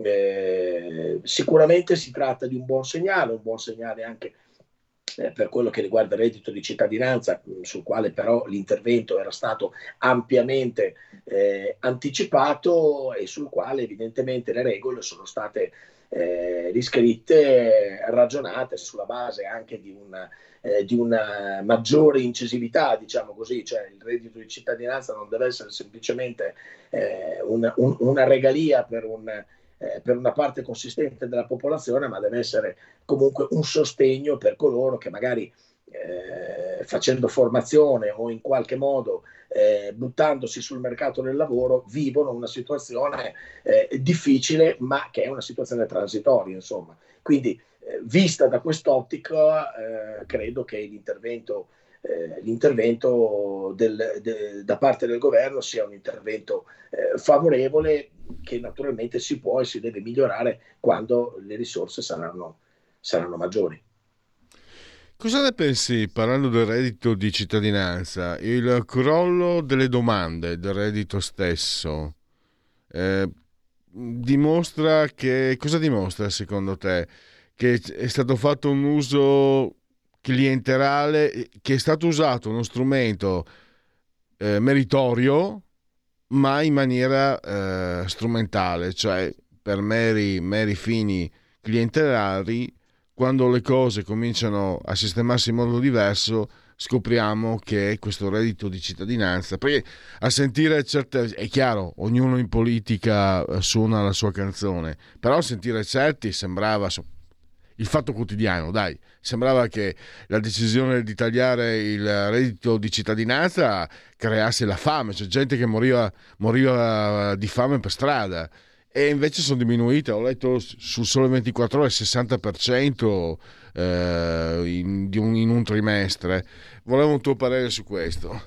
eh, sicuramente si tratta di un buon segnale, un buon segnale anche eh, per quello che riguarda il reddito di cittadinanza, sul quale però l'intervento era stato ampiamente eh, anticipato e sul quale evidentemente le regole sono state eh, riscritte, ragionate sulla base anche di una Eh, di una maggiore incisività, diciamo così, cioè il reddito di cittadinanza non deve essere semplicemente eh, una, un, una regalia per, un, eh, per una parte consistente della popolazione, ma deve essere comunque un sostegno per coloro che magari eh, facendo formazione o in qualche modo eh, buttandosi sul mercato del lavoro vivono una situazione eh, difficile, ma che è una situazione transitoria, insomma. Quindi vista da quest'ottica, eh, credo che l'intervento, eh, l'intervento del, de, da parte del governo sia un intervento eh, favorevole, che naturalmente si può e si deve migliorare quando le risorse saranno, saranno maggiori. Cosa ne pensi, parlando del reddito di cittadinanza, il crollo delle domande del reddito stesso eh, dimostra che, cosa dimostra secondo te? Che è stato fatto un uso clientelare, che è stato usato uno strumento eh, meritorio ma in maniera eh, strumentale, cioè per meri, meri fini clientelari. Quando le cose cominciano a sistemarsi in modo diverso scopriamo che questo reddito di cittadinanza, perché a sentire certe, è chiaro, ognuno in politica suona la sua canzone, però a sentire certi sembrava il Fatto Quotidiano, dai, sembrava che la decisione di tagliare il reddito di cittadinanza creasse la fame, c'è gente che moriva, moriva di fame per strada, e invece sono diminuite. Ho letto su Sole ventiquattro Ore il sessanta per cento eh, in, di un, in un trimestre. Volevo un tuo parere su questo.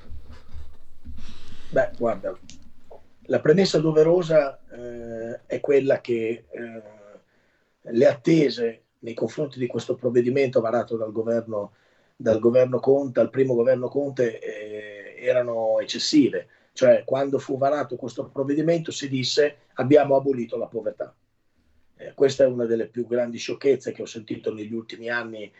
Beh, guarda, la premessa doverosa eh, è quella che eh, le attese nei confronti di questo provvedimento varato dal governo, dal governo Conte, al primo governo Conte, eh, erano eccessive. Cioè, quando fu varato questo provvedimento si disse abbiamo abolito la povertà. Eh, questa è una delle più grandi sciocchezze che ho sentito negli ultimi anni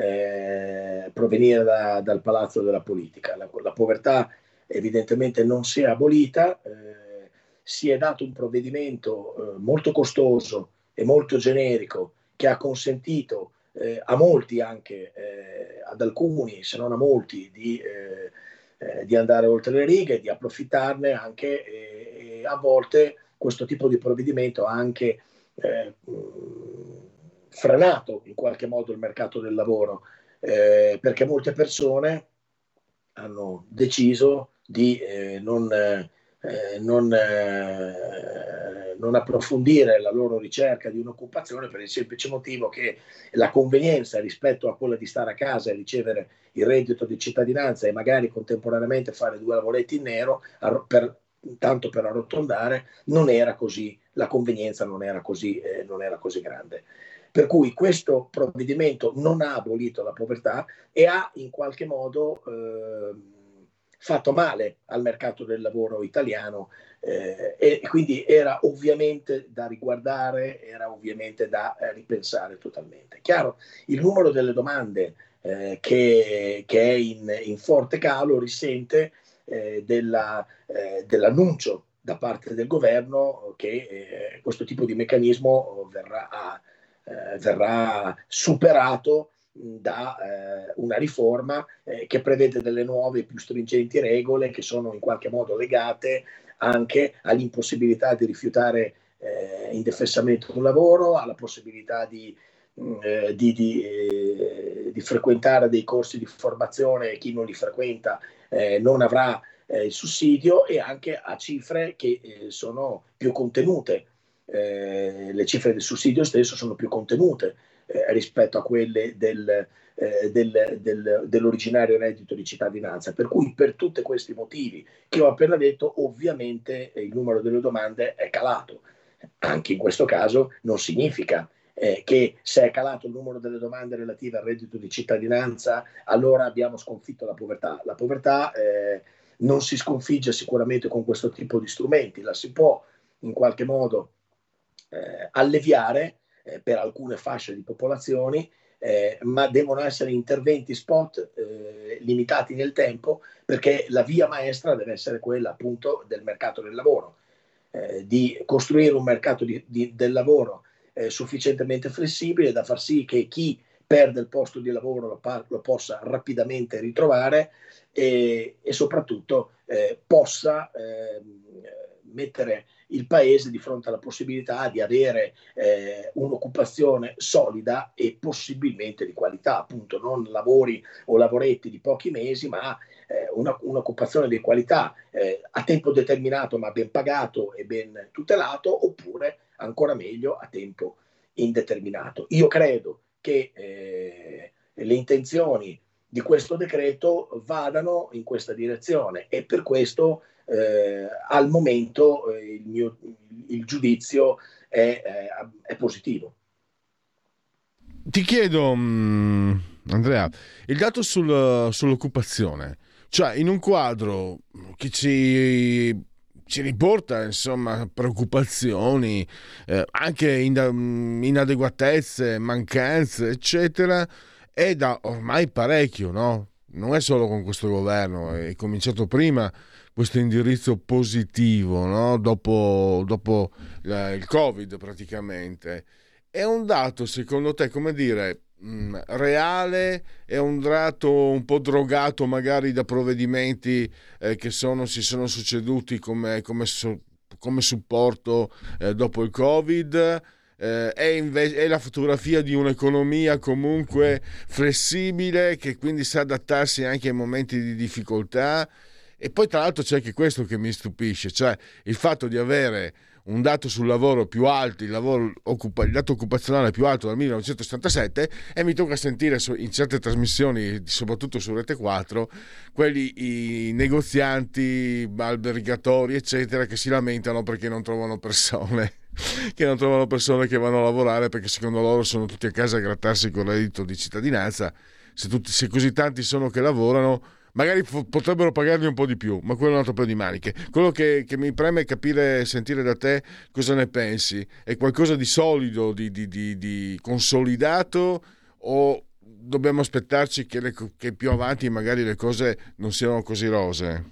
eh, provenire da, dal palazzo della politica. La, la povertà evidentemente non si è abolita, eh, si è dato un provvedimento eh, molto costoso e molto generico che ha consentito eh, a molti, anche eh, ad alcuni, se non a molti, di... Eh, Eh, di andare oltre le righe, di approfittarne anche, e, e a volte questo tipo di provvedimento ha anche eh, frenato in qualche modo il mercato del lavoro, eh, perché molte persone hanno deciso di eh, non, eh, non, eh, non approfondire la loro ricerca di un'occupazione per il semplice motivo che la convenienza rispetto a quella di stare a casa e ricevere il reddito di cittadinanza e magari contemporaneamente fare due lavoretti in nero, per, tanto per arrotondare, non era così, la convenienza non era così, eh, non era così grande. Per cui questo provvedimento non ha abolito la povertà e ha in qualche modo eh, fatto male al mercato del lavoro italiano, eh, e quindi era ovviamente da riguardare, era ovviamente da eh, ripensare totalmente. Chiaro, il numero delle domande eh, che, che è in, in forte calo risente eh, della, eh, dell'annuncio da parte del governo che eh, questo tipo di meccanismo verrà, eh, verrà superato da eh, una riforma eh, che prevede delle nuove più stringenti regole che sono in qualche modo legate anche all'impossibilità di rifiutare eh, indefessamente un lavoro, alla possibilità di, eh, di, di, eh, di frequentare dei corsi di formazione, e chi non li frequenta eh, non avrà eh, il sussidio, e anche a cifre che eh, sono più contenute. Eh, le cifre del sussidio stesso sono più contenute eh, rispetto a quelle del, eh, del, del, dell'originario reddito di cittadinanza, per cui per tutti questi motivi che ho appena detto ovviamente eh, il numero delle domande è calato. Anche in questo caso non significa eh, che se è calato il numero delle domande relative al reddito di cittadinanza allora abbiamo sconfitto la povertà. La povertà eh, non si sconfigge sicuramente con questo tipo di strumenti, la si può in qualche modo eh, alleviare eh, per alcune fasce di popolazioni, eh, ma devono essere interventi spot eh, limitati nel tempo, perché la via maestra deve essere quella appunto del mercato del lavoro, eh, di costruire un mercato di, di, del lavoro eh, sufficientemente flessibile da far sì che chi perde il posto di lavoro lo, pa- lo possa rapidamente ritrovare e, e soprattutto eh, possa eh, mettere il paese di fronte alla possibilità di avere eh, un'occupazione solida e possibilmente di qualità, appunto non lavori o lavoretti di pochi mesi, ma eh, una, un'occupazione di qualità eh, a tempo determinato ma ben pagato e ben tutelato, oppure ancora meglio a tempo indeterminato. Io credo che eh, le intenzioni di questo decreto vadano in questa direzione e per questo eh, al momento eh, il mio il giudizio è, è, è positivo. Ti chiedo, Andrea, il dato sul, sull'occupazione, cioè in un quadro che ci, ci riporta insomma preoccupazioni, eh, anche inadeguatezze, mancanze, eccetera, è da ormai parecchio, no? Non è solo con questo governo, è cominciato prima questo indirizzo positivo, no? Dopo, dopo la, il Covid praticamente. È un dato, secondo te, come dire, mh, reale, è un dato un po' drogato magari da provvedimenti eh, che sono, si sono succeduti come, come, so, come supporto eh, dopo il Covid. Eh, è, inve- è la fotografia di un'economia comunque flessibile, che quindi sa adattarsi anche ai momenti di difficoltà. E poi tra l'altro c'è anche questo che mi stupisce, cioè il fatto di avere un dato sul lavoro più alto, il, lavoro occupa- il dato occupazionale più alto dal millenovecentosettantasette, e mi tocca sentire in certe trasmissioni, soprattutto su Rete quattro, quelli i negozianti, albergatori eccetera, che si lamentano perché non trovano persone che non trovano persone che vanno a lavorare, perché secondo loro sono tutti a casa a grattarsi con il reddito di cittadinanza. Se, tutti, se così tanti sono che lavorano, magari f- potrebbero pagarli un po' di più, ma quello è un altro paio di maniche. Quello che, che mi preme capire, sentire da te cosa ne pensi. È qualcosa di solido, di, di, di, di consolidato, o dobbiamo aspettarci che, le, che più avanti magari le cose non siano così rosee?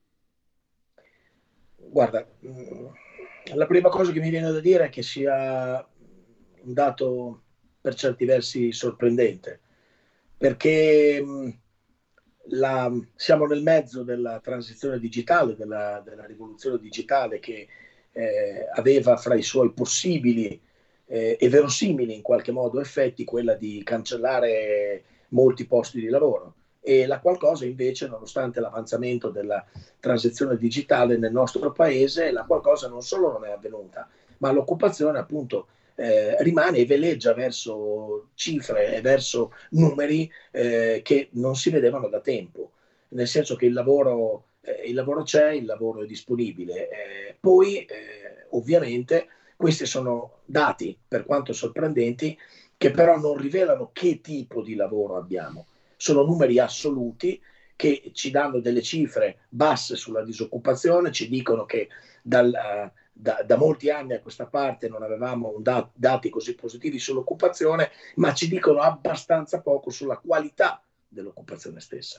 Guarda, la prima cosa che mi viene da dire è che sia un dato per certi versi sorprendente, perché la, siamo nel mezzo della transizione digitale, della, della rivoluzione digitale, che eh, aveva fra i suoi possibili eh, e verosimili in qualche modo effetti quella di cancellare molti posti di lavoro, e la qualcosa invece, nonostante l'avanzamento della transizione digitale nel nostro paese, la qualcosa non solo non è avvenuta, ma l'occupazione appunto Eh, rimane e veleggia verso cifre e verso numeri eh, che non si vedevano da tempo, nel senso che il lavoro, eh, il lavoro c'è, il lavoro è disponibile. Eh, poi eh, ovviamente questi sono dati, per quanto sorprendenti, che però non rivelano che tipo di lavoro abbiamo. Sono numeri assoluti che ci danno delle cifre basse sulla disoccupazione, ci dicono che dal uh, Da, da molti anni a questa parte non avevamo un dat- dati così positivi sull'occupazione, ma ci dicono abbastanza poco sulla qualità dell'occupazione stessa.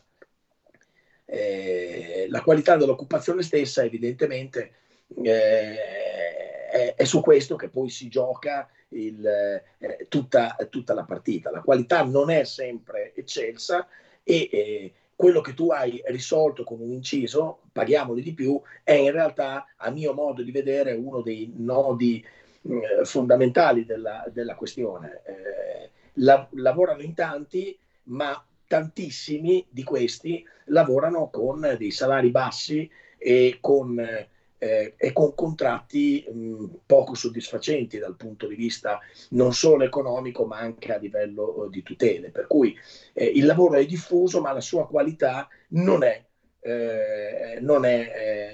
Eh, la qualità dell'occupazione stessa evidentemente eh, è, è su questo che poi si gioca il, eh, tutta, tutta la partita. La qualità non è sempre eccelsa e eh, quello che tu hai risolto con un inciso, paghiamoli di più, è in realtà, a mio modo di vedere, uno dei nodi eh, fondamentali della, della questione. Eh, la, lavorano in tanti, ma tantissimi di questi lavorano con dei salari bassi e con, eh, e con contratti mh, poco soddisfacenti dal punto di vista non solo economico, ma anche a livello di tutele. Per cui eh, il lavoro è diffuso, ma la sua qualità non è, eh, non è,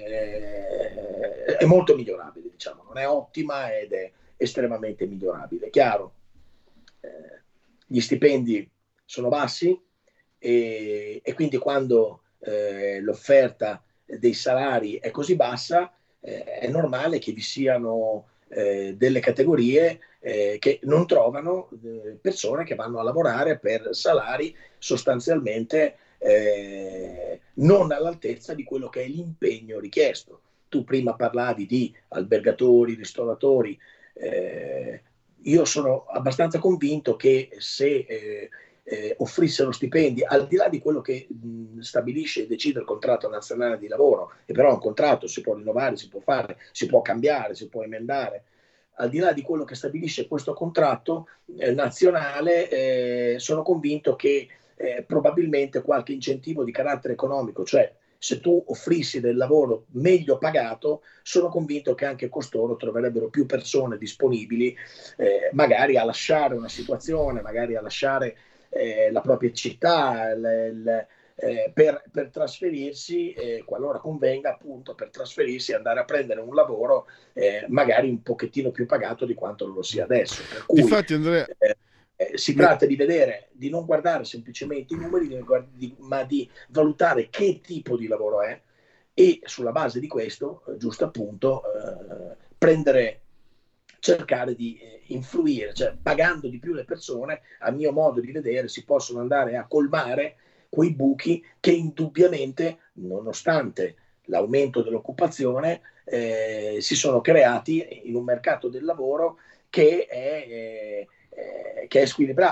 eh, è molto migliorabile, diciamo, non è ottima ed è estremamente migliorabile. Chiaro, eh, gli stipendi sono bassi e, e quindi quando eh, l'offerta dei salari è così bassa, eh, è normale che vi siano eh, delle categorie eh, che non trovano eh, persone che vanno a lavorare per salari sostanzialmente eh, non all'altezza di quello che è l'impegno richiesto. Tu prima parlavi di albergatori, ristoratori, eh, io sono abbastanza convinto che se eh, eh, offrissero stipendi al di là di quello che mh, stabilisce e decide il contratto nazionale di lavoro, e però un contratto si può rinnovare, si può fare, si può cambiare, si può emendare, al di là di quello che stabilisce questo contratto eh, nazionale, eh, sono convinto che eh, probabilmente qualche incentivo di carattere economico, cioè se tu offrissi del lavoro meglio pagato, sono convinto che anche costoro troverebbero più persone disponibili eh, magari a lasciare una situazione, magari a lasciare eh, la propria città le, le, eh, per, per trasferirsi, eh, qualora convenga appunto, per trasferirsi e andare a prendere un lavoro eh, magari un pochettino più pagato di quanto lo sia adesso. Per cui, Infatti, Andrea, eh, Eh, si tratta di vedere, di non guardare semplicemente i numeri, di, di, ma di valutare che tipo di lavoro è e sulla base di questo, eh, giusto appunto, eh, prendere, cercare di eh, influire, cioè pagando di più le persone, a mio modo di vedere, si possono andare a colmare quei buchi che indubbiamente, nonostante l'aumento dell'occupazione, eh, si sono creati in un mercato del lavoro che è... Eh, che è squilibrato,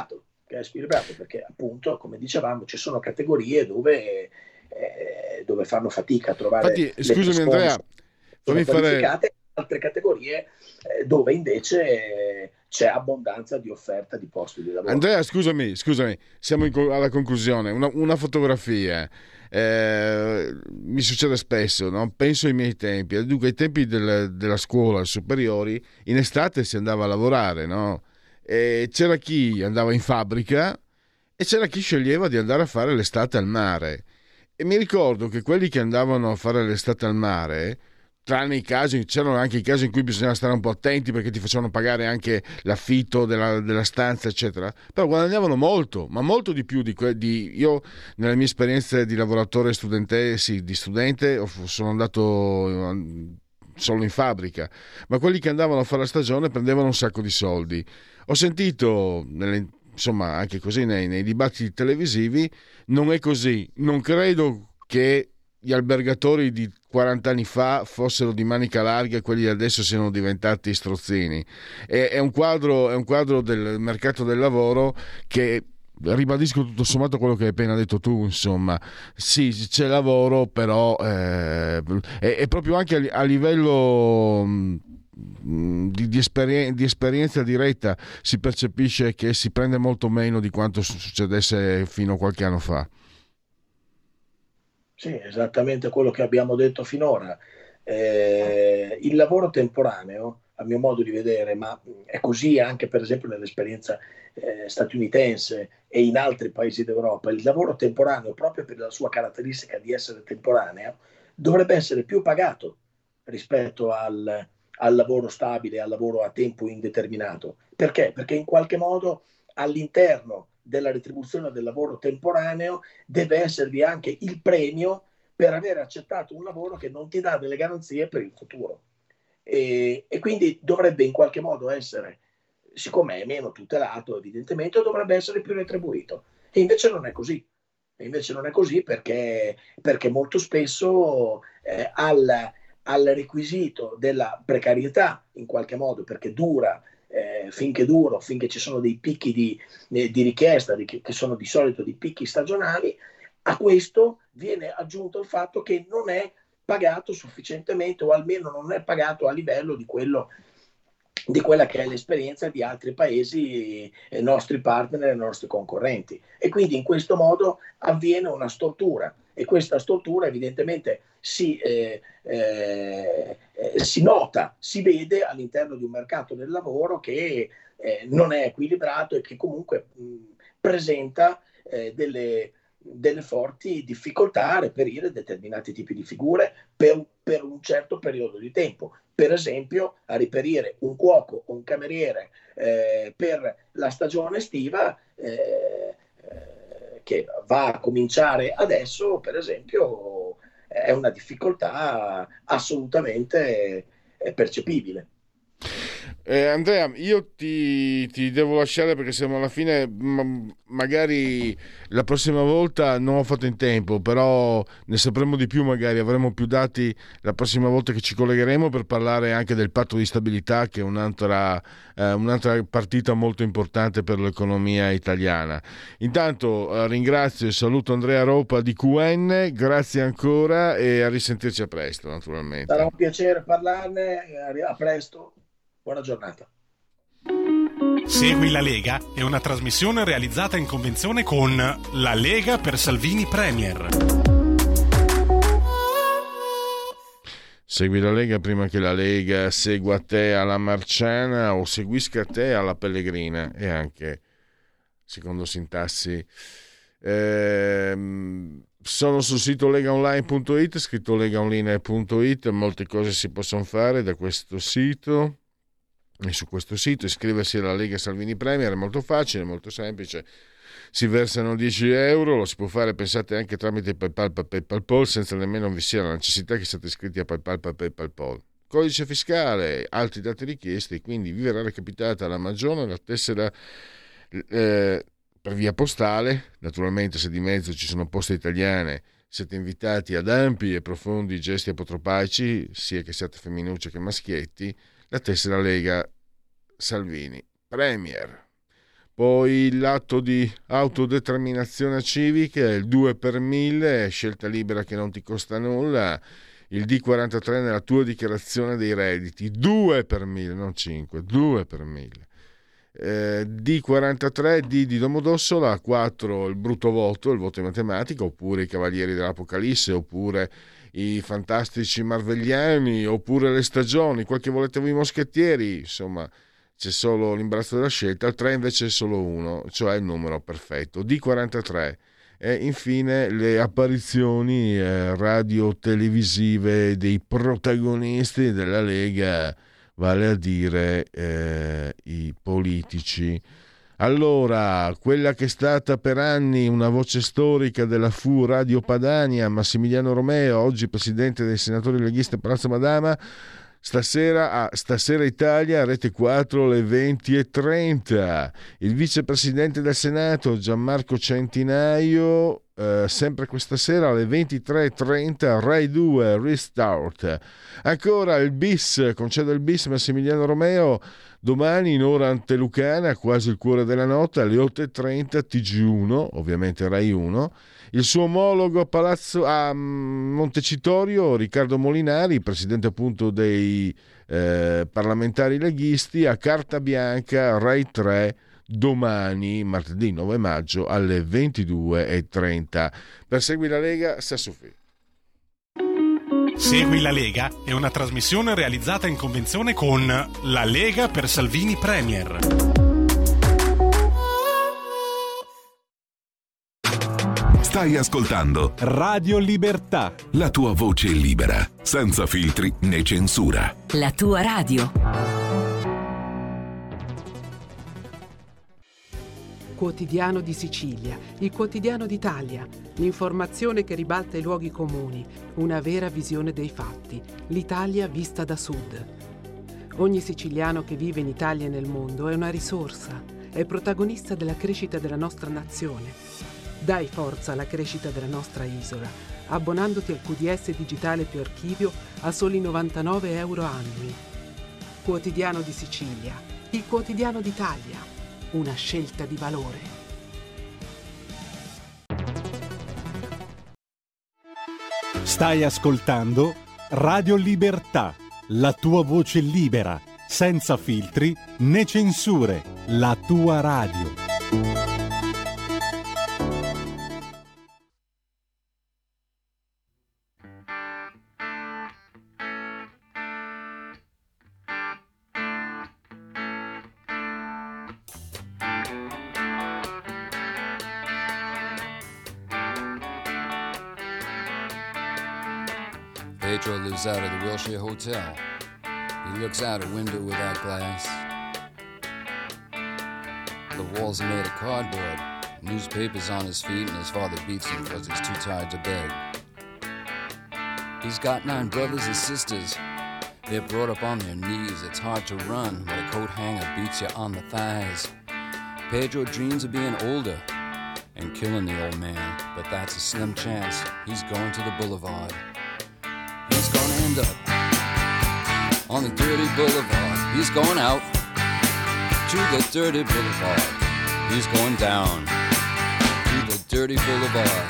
che è squilibrato, perché appunto, come dicevamo, ci sono categorie dove, eh, dove fanno fatica a trovare. Infatti, scusami Andrea, fammi fare altre categorie eh, dove invece eh, c'è abbondanza di offerta di posti di lavoro. Andrea, scusami, scusami, siamo in, alla conclusione. Una, una fotografia. Eh, mi succede spesso, no? Penso ai miei tempi, dunque ai tempi del, della scuola superiori, in estate si andava a lavorare, no? E c'era chi andava in fabbrica e c'era chi sceglieva di andare a fare l'estate al mare. E mi ricordo che quelli che andavano a fare l'estate al mare, tranne i casi, c'erano anche i casi in cui bisognava stare un po' attenti perché ti facevano pagare anche l'affitto della, della stanza, eccetera, però guadagnavano molto, ma molto di più di, que- di io nelle mie esperienze di lavoratore studente, sì, di studente, sono andato solo in fabbrica, ma quelli che andavano a fare la stagione prendevano un sacco di soldi. Ho sentito nelle, insomma, anche così nei, nei dibattiti televisivi, non è così, non credo che gli albergatori di quaranta anni fa fossero di manica larga e quelli di adesso siano diventati strozzini. È, è un quadro, è un quadro del mercato del lavoro che, ribadisco tutto sommato quello che hai appena detto tu, insomma, sì, c'è lavoro, però eh, è, è proprio anche a, a livello mh, di, di, esperien- di esperienza diretta si percepisce che si prende molto meno di quanto succedesse fino a qualche anno fa. Sì, esattamente quello che abbiamo detto finora. Eh, il lavoro temporaneo, a mio modo di vedere, ma è così anche per esempio nell'esperienza eh, statunitense e in altri paesi d'Europa, il lavoro temporaneo, proprio per la sua caratteristica di essere temporaneo, dovrebbe essere più pagato rispetto al, al lavoro stabile, al lavoro a tempo indeterminato. Perché? Perché in qualche modo all'interno della retribuzione del lavoro temporaneo deve esservi anche il premio per aver accettato un lavoro che non ti dà delle garanzie per il futuro. E, e quindi dovrebbe in qualche modo essere, siccome è meno tutelato evidentemente, dovrebbe essere più retribuito. E invece non è così. E invece non è così perché, perché molto spesso eh, al, al requisito della precarietà, in qualche modo, perché dura, Eh, finché duro, finché ci sono dei picchi di, eh, di richiesta, di, che sono di solito dei picchi stagionali, a questo viene aggiunto il fatto che non è pagato sufficientemente, o almeno non è pagato a livello di quello di quella che è l'esperienza di altri paesi, eh, nostri partner e nostri concorrenti. E quindi in questo modo avviene una stortura, e questa stortura evidentemente si, eh, eh, eh, si nota, si vede all'interno di un mercato del lavoro che eh, non è equilibrato e che comunque mh, presenta eh, delle, delle forti difficoltà a reperire determinati tipi di figure per, per un certo periodo di tempo. Per esempio, a reperire un cuoco o un cameriere eh, per la stagione estiva eh, eh, che va a cominciare adesso, per esempio, è una difficoltà assolutamente eh, percepibile. Eh, Andrea, io ti, ti devo lasciare perché siamo alla fine, ma magari la prossima volta non ho fatto in tempo, però ne sapremo di più, magari avremo più dati la prossima volta che ci collegheremo per parlare anche del patto di stabilità, che è un'altra, eh, un'altra partita molto importante per l'economia italiana. Intanto eh, ringrazio e saluto Andrea Ropa di Q N, grazie ancora e a risentirci a presto, naturalmente. Sarà un piacere parlarne, a presto. Buona giornata. Segui la Lega è una trasmissione realizzata in convenzione con La Lega per Salvini Premier. Segui la Lega prima che la Lega segua te alla Marciana o seguisca te alla Pellegrina, e anche secondo sintassi. Ehm, sono sul sito legaonline punto it, scritto legaonline punto it, molte cose si possono fare da questo sito. E su questo sito iscriversi alla Lega Salvini Premier è molto facile, molto semplice, si versano dieci euro, lo si può fare, pensate, anche tramite PayPal, PayPal Pal, senza nemmeno vi sia la necessità che siate iscritti a PayPal, PayPal Pal. Codice fiscale, altri dati richiesti, quindi vi verrà recapitata la magione, la tessera eh, per via postale. Naturalmente, se di mezzo ci sono poste italiane, siete invitati ad ampi e profondi gesti apotropaici, sia che siate femminucce che maschietti. La tessera Lega Salvini Premier. Poi l'atto di autodeterminazione civica, il due per mille, scelta libera che non ti costa nulla, il D quarantatré nella tua dichiarazione dei redditi, due per mille, non cinque, due per mille. Eh, D quarantatré, D di Domodossola, quattro il brutto voto, il voto in matematica, oppure i Cavalieri dell'Apocalisse, oppure i fantastici marvelliani, oppure le stagioni, quel che volete voi moschettieri, insomma c'è solo l'imbarazzo della scelta, il tre invece è solo uno, cioè il numero perfetto, D quarantatré. E infine le apparizioni eh, radio-televisive dei protagonisti della Lega, vale a dire eh, i politici. Allora, quella che è stata per anni una voce storica della F U Radio Padania, Massimiliano Romeo, oggi presidente dei senatori leghisti a Palazzo Madama, stasera a Stasera Italia, Rete quattro, alle venti e trenta. Il vicepresidente del Senato, Gianmarco Centinaio, eh, sempre questa sera alle ventitré e trenta, Rai due, Restart. Ancora il bis, concedo il bis, Massimiliano Romeo, domani in ora antelucana, quasi il cuore della notte, alle otto e trenta, T G uno, ovviamente Rai uno. Il suo omologo a Palazzo a Montecitorio, Riccardo Molinari, presidente appunto dei eh, parlamentari leghisti, a carta bianca, Rai tre, domani, martedì nove maggio, alle ventidue e trenta. Per Segui la Lega, Sassufi. Segui la Lega è una trasmissione realizzata in convenzione con La Lega per Salvini Premier. Stai ascoltando Radio Libertà, la tua voce libera, senza filtri né censura. La tua radio. Quotidiano di Sicilia, il quotidiano d'Italia, l'informazione che ribalta i luoghi comuni, una vera visione dei fatti, l'Italia vista da sud. Ogni siciliano che vive in Italia e nel mondo è una risorsa, è protagonista della crescita della nostra nazione. Dai forza alla crescita della nostra isola, abbonandoti al Q D S digitale più archivio a soli novantanove euro annui. Quotidiano di Sicilia, il quotidiano d'Italia, una scelta di valore. Stai ascoltando Radio Libertà, la tua voce libera, senza filtri né censure, la tua radio. Pedro lives out of the Wilshire Hotel. He looks out a window without glass. The walls are made of cardboard. Newspapers on his feet, and his father beats him because he's too tired to beg. He's got nine brothers and sisters. They're brought up on their knees. It's hard to run when a coat hanger beats you on the thighs. Pedro dreams of being older and killing the old man, but that's a slim chance. He's going to the boulevard. He's gonna end up on the dirty boulevard. He's going out to the dirty boulevard. He's going down to the dirty boulevard.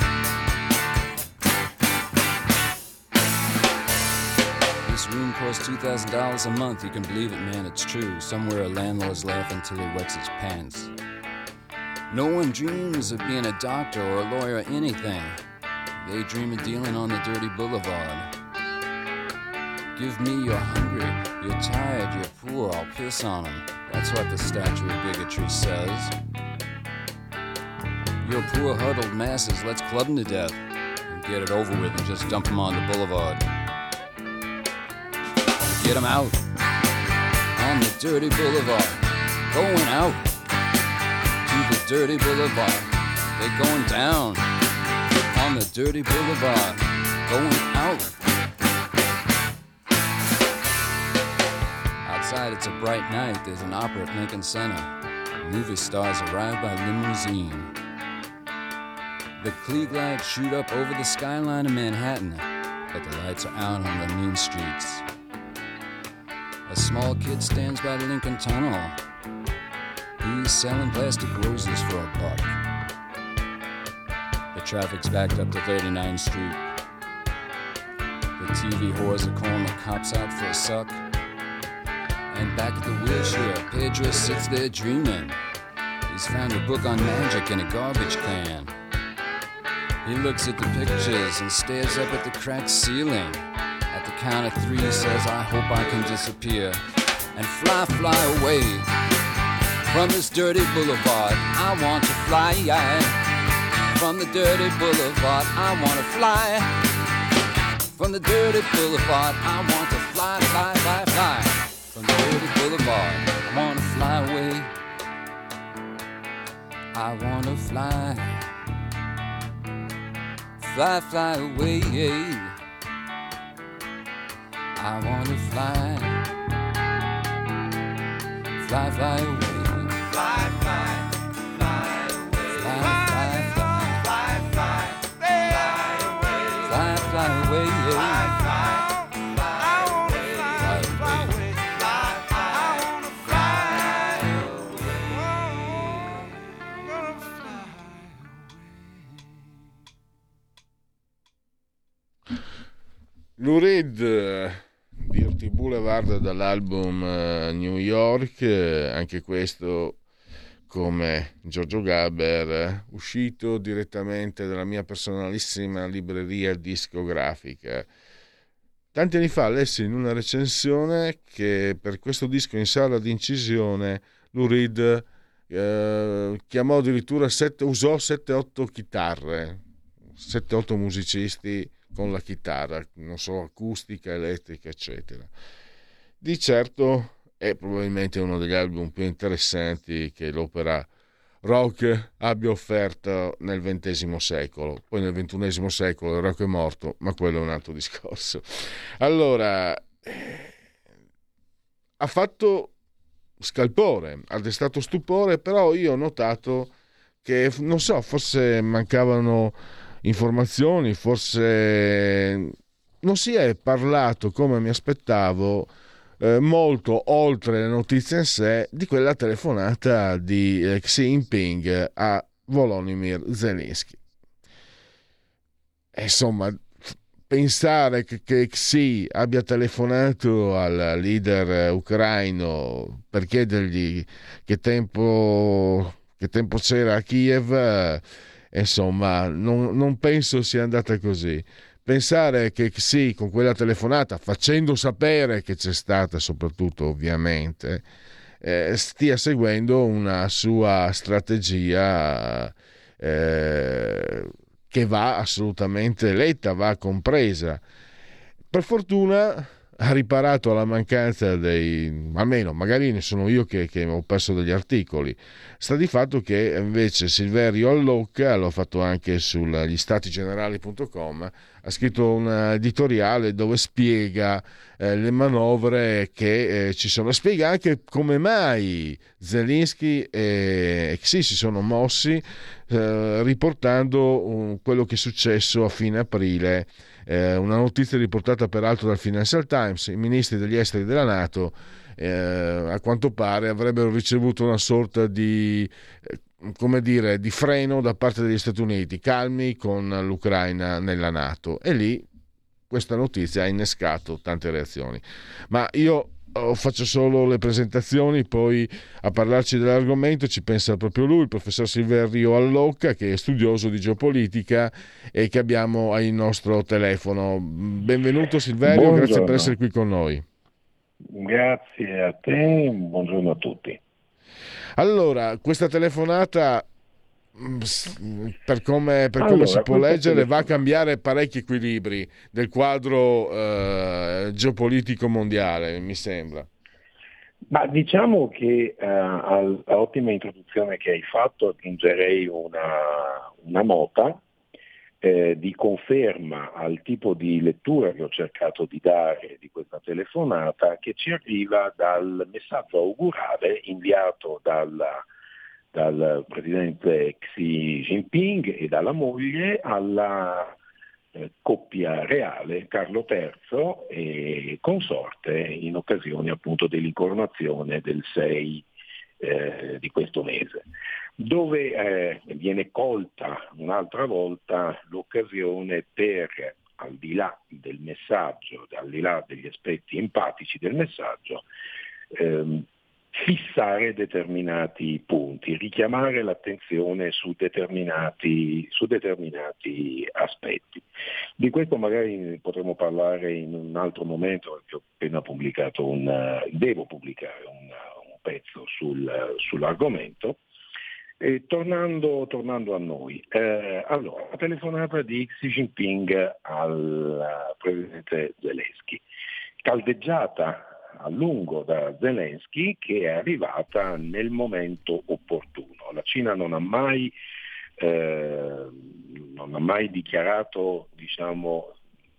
This room costs two thousand dollars a month. You can believe it, man, it's true. Somewhere a landlord's laughing till he wets his pants. No one dreams of being a doctor or a lawyer or anything. They dream of dealing on the dirty boulevard. Give me you're hungry, you're tired, you're poor, I'll piss on them. That's what the statue of bigotry says. You're poor huddled masses, let's club them to death and get it over with and just dump them on the boulevard. Get them out on the dirty boulevard. Going out to the dirty boulevard. They're going down on the dirty boulevard. Going out. Outside it's a bright night, there's an opera at Lincoln Center. Movie stars arrive by limousine. The Klieg lights shoot up over the skyline of Manhattan, but the lights are out on the mean streets. A small kid stands by the Lincoln Tunnel. He's selling plastic roses for a buck. The traffic's backed up to thirty-ninth Street. The T V whores are calling the cops out for a suck. And back at the wheelchair, Pedro sits there dreaming. He's found a book on magic in a garbage can. He looks at the pictures and stares up at the cracked ceiling. At the count of three, he says, I hope I can disappear and fly, fly away from this dirty boulevard. I want to fly from the dirty boulevard. I want to fly from the dirty boulevard. I want to fly, fly, fly, fly from the dirty boulevard. I want to fly away. I want to fly. Fly, fly away. I want to fly. Fly, fly away. Fly, fly, fly away. Fly, fly, fly. Fly, fly, fly away. Fly, fly away. Fly, fly, fly away. Fly away. Fly, fly, I wanna fly away. Lou Reed, Dirty Boulevard dall'album uh, New York, eh, anche questo come Giorgio Gaber, eh, uscito direttamente dalla mia personalissima libreria discografica. Tanti anni fa lessi in una recensione che per questo disco in sala di incisione Lou Reed eh, chiamò addirittura sette, usò sette otto chitarre, sette otto musicisti con la chitarra, non so, acustica, elettrica, eccetera. Di certo è probabilmente uno degli album più interessanti che l'opera rock abbia offerto nel ventesimo secolo. Poi nel ventunesimo secolo il rock è morto, ma quello è un altro discorso. Allora, ha fatto scalpore, ha destato stupore, però io ho notato che, non so, forse mancavano informazioni, forse non si è parlato come mi aspettavo eh, molto oltre le notizie in sé di quella telefonata di eh, Xi Jinping a Volodymyr Zelensky. E insomma, pensare che, che Xi abbia telefonato al leader ucraino per chiedergli che tempo, che tempo c'era a Kiev, eh, insomma, non, non penso sia andata così. Pensare che sì, con quella telefonata, facendo sapere che c'è stata, soprattutto ovviamente, eh, stia seguendo una sua strategia eh, che va assolutamente letta, va compresa. Per fortuna ha riparato alla mancanza dei, almeno magari ne sono io che, che ho perso degli articoli. Sta di fatto che invece Silverio Allocca, l'ho fatto anche sugli stati generali punto com, ha scritto un editoriale dove spiega eh, le manovre che eh, ci sono, spiega anche come mai Zelensky e Xi si sono mossi, eh, riportando um, quello che è successo a fine aprile. Eh, una notizia riportata peraltro dal Financial Times. I ministri degli esteri della NATO eh, a quanto pare avrebbero ricevuto una sorta di eh, come dire, di freno da parte degli Stati Uniti, calmi con l'Ucraina nella NATO, e lì questa notizia ha innescato tante reazioni. Ma io faccio solo le presentazioni, poi a parlarci dell'argomento ci pensa proprio lui, il professor Silverio Allocca, che è studioso di geopolitica e che abbiamo al nostro telefono. Benvenuto Silverio, buongiorno. Grazie per essere qui con noi. Grazie a te, buongiorno a tutti. Allora, questa telefonata, per come, per come allora, si può leggere, va a cambiare parecchi equilibri del quadro eh, geopolitico mondiale, mi sembra. Ma diciamo che eh, all'ottima introduzione che hai fatto aggiungerei una, una nota eh, di conferma al tipo di lettura che ho cercato di dare di questa telefonata, che ci arriva dal messaggio augurale inviato dalla dal presidente Xi Jinping e dalla moglie alla eh, coppia reale Carlo terzo e consorte in occasione appunto dell'incoronazione del sei eh, di questo mese, dove eh, viene colta un'altra volta l'occasione per, al di là del messaggio, al di là degli aspetti empatici del messaggio, ehm, fissare determinati punti, richiamare l'attenzione su determinati, su determinati aspetti. Di questo magari potremo parlare in un altro momento, perché ho appena pubblicato un, devo pubblicare un, un pezzo sul, sull'argomento. E tornando, tornando a noi, eh, allora, la telefonata di Xi Jinping al presidente Zelensky, caldeggiata a lungo da Zelensky, che è arrivata nel momento opportuno. La Cina non ha mai, eh, non ha mai dichiarato, diciamo,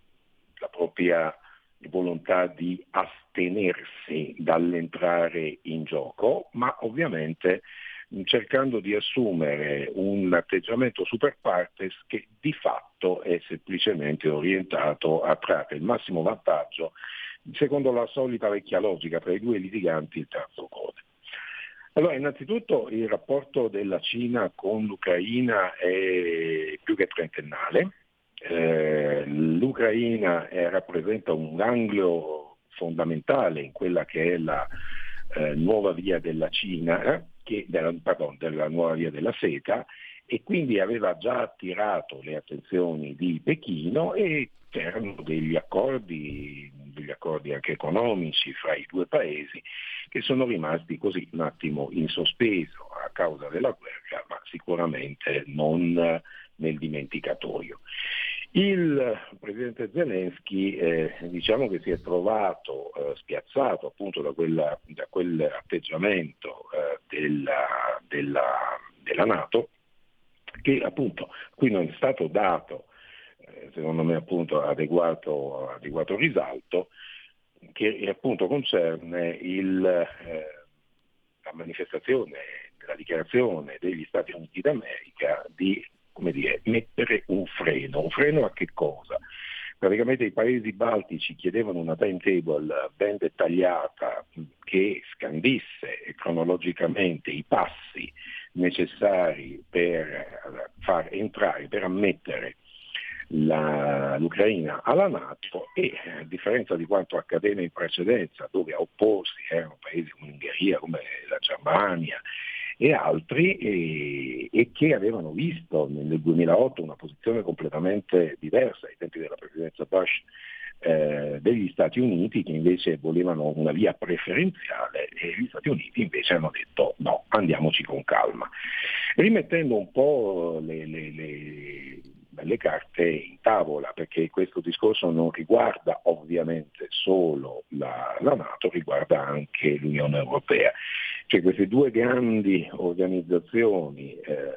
la propria volontà di astenersi dall'entrare in gioco, ma ovviamente cercando di assumere un atteggiamento super partes che di fatto è semplicemente orientato a trarre il massimo vantaggio, secondo la solita vecchia logica, tra i due litiganti il terzo code. Allora, innanzitutto il rapporto della Cina con l'Ucraina è più che trentennale. Eh, L'Ucraina è, rappresenta un ganglio fondamentale in quella che è la eh, nuova via della Cina, eh, che, della, pardon, della nuova via della seta, e quindi aveva già attirato le attenzioni di Pechino, e c'erano degli accordi, degli accordi anche economici fra i due paesi che sono rimasti così un attimo in sospeso a causa della guerra, ma sicuramente non nel dimenticatoio. Il presidente Zelensky eh, diciamo che si è trovato eh, spiazzato appunto da, quella, da quell'atteggiamento eh, della, della, della NATO, che appunto qui non è stato dato secondo me appunto adeguato, adeguato risalto, che appunto concerne il, eh, la manifestazione, la dichiarazione degli Stati Uniti d'America di, come dire, mettere un freno. Un freno a che cosa? Praticamente i paesi baltici chiedevano una timetable ben dettagliata che scandisse cronologicamente i passi necessari per far entrare, per ammettere La, l'Ucraina alla NATO, e a differenza di quanto accadeva in precedenza, dove a opporsi erano paesi come l'Ungheria, come la Germania e altri, e, e che avevano visto nel duemilaotto una posizione completamente diversa ai tempi della presidenza Bush eh, degli Stati Uniti, che invece volevano una via preferenziale, e gli Stati Uniti invece hanno detto no, andiamoci con calma, rimettendo un po' le, le, le le carte in tavola, perché questo discorso non riguarda ovviamente solo la, la NATO, riguarda anche l'Unione Europea. Cioè queste due grandi organizzazioni eh,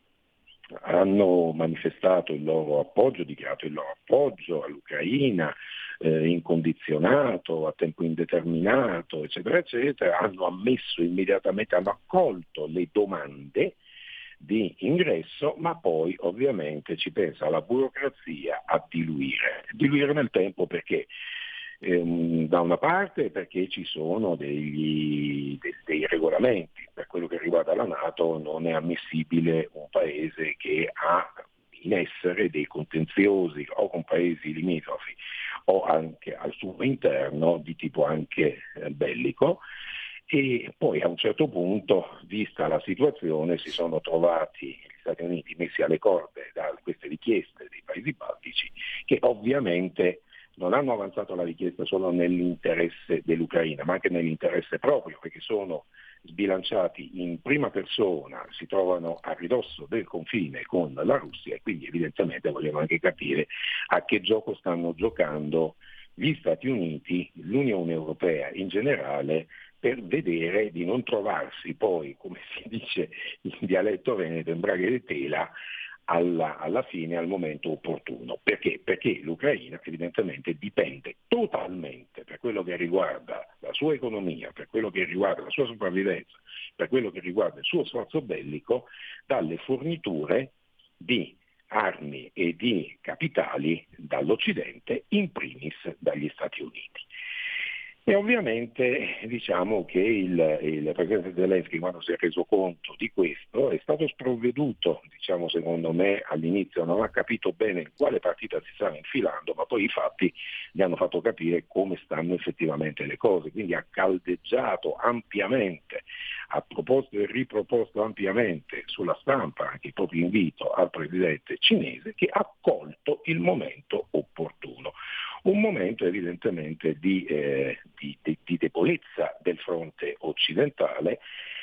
hanno manifestato il loro appoggio, dichiarato il loro appoggio all'Ucraina eh, incondizionato, a tempo indeterminato, eccetera, eccetera, hanno ammesso immediatamente, hanno accolto le domande di ingresso, ma poi ovviamente ci pensa la burocrazia a diluire, diluire nel tempo, perché ehm, da una parte perché ci sono degli, dei, dei regolamenti. Per quello che riguarda la NATO non è ammissibile un paese che ha in essere dei contenziosi o con paesi limitrofi o anche al suo interno di tipo anche eh, bellico. E poi a un certo punto, vista la situazione, si sono trovati gli Stati Uniti messi alle corde da queste richieste dei paesi baltici, che ovviamente non hanno avanzato la richiesta solo nell'interesse dell'Ucraina, ma anche nell'interesse proprio, perché sono sbilanciati in prima persona, si trovano a ridosso del confine con la Russia, e quindi evidentemente vogliono anche capire a che gioco stanno giocando gli Stati Uniti, l'Unione Europea in generale, per vedere di non trovarsi poi, come si dice in dialetto veneto, in braghe di tela alla, alla fine, al momento opportuno. Perché? Perché l'Ucraina evidentemente dipende totalmente, per quello che riguarda la sua economia, per quello che riguarda la sua sopravvivenza, per quello che riguarda il suo sforzo bellico, dalle forniture di armi e di capitali dall'Occidente, in primis dagli Stati Uniti. E ovviamente diciamo che il, il presidente Zelensky, quando si è reso conto di questo, è stato sprovveduto, diciamo secondo me all'inizio non ha capito bene in quale partita si stava infilando, ma poi i fatti gli hanno fatto capire come stanno effettivamente le cose, quindi ha caldeggiato ampiamente, ha proposto e riproposto ampiamente sulla stampa anche il proprio invito al presidente cinese, che ha colto il momento opportuno. Un momento evidentemente di, eh, di, di, di debolezza del fronte occidentale,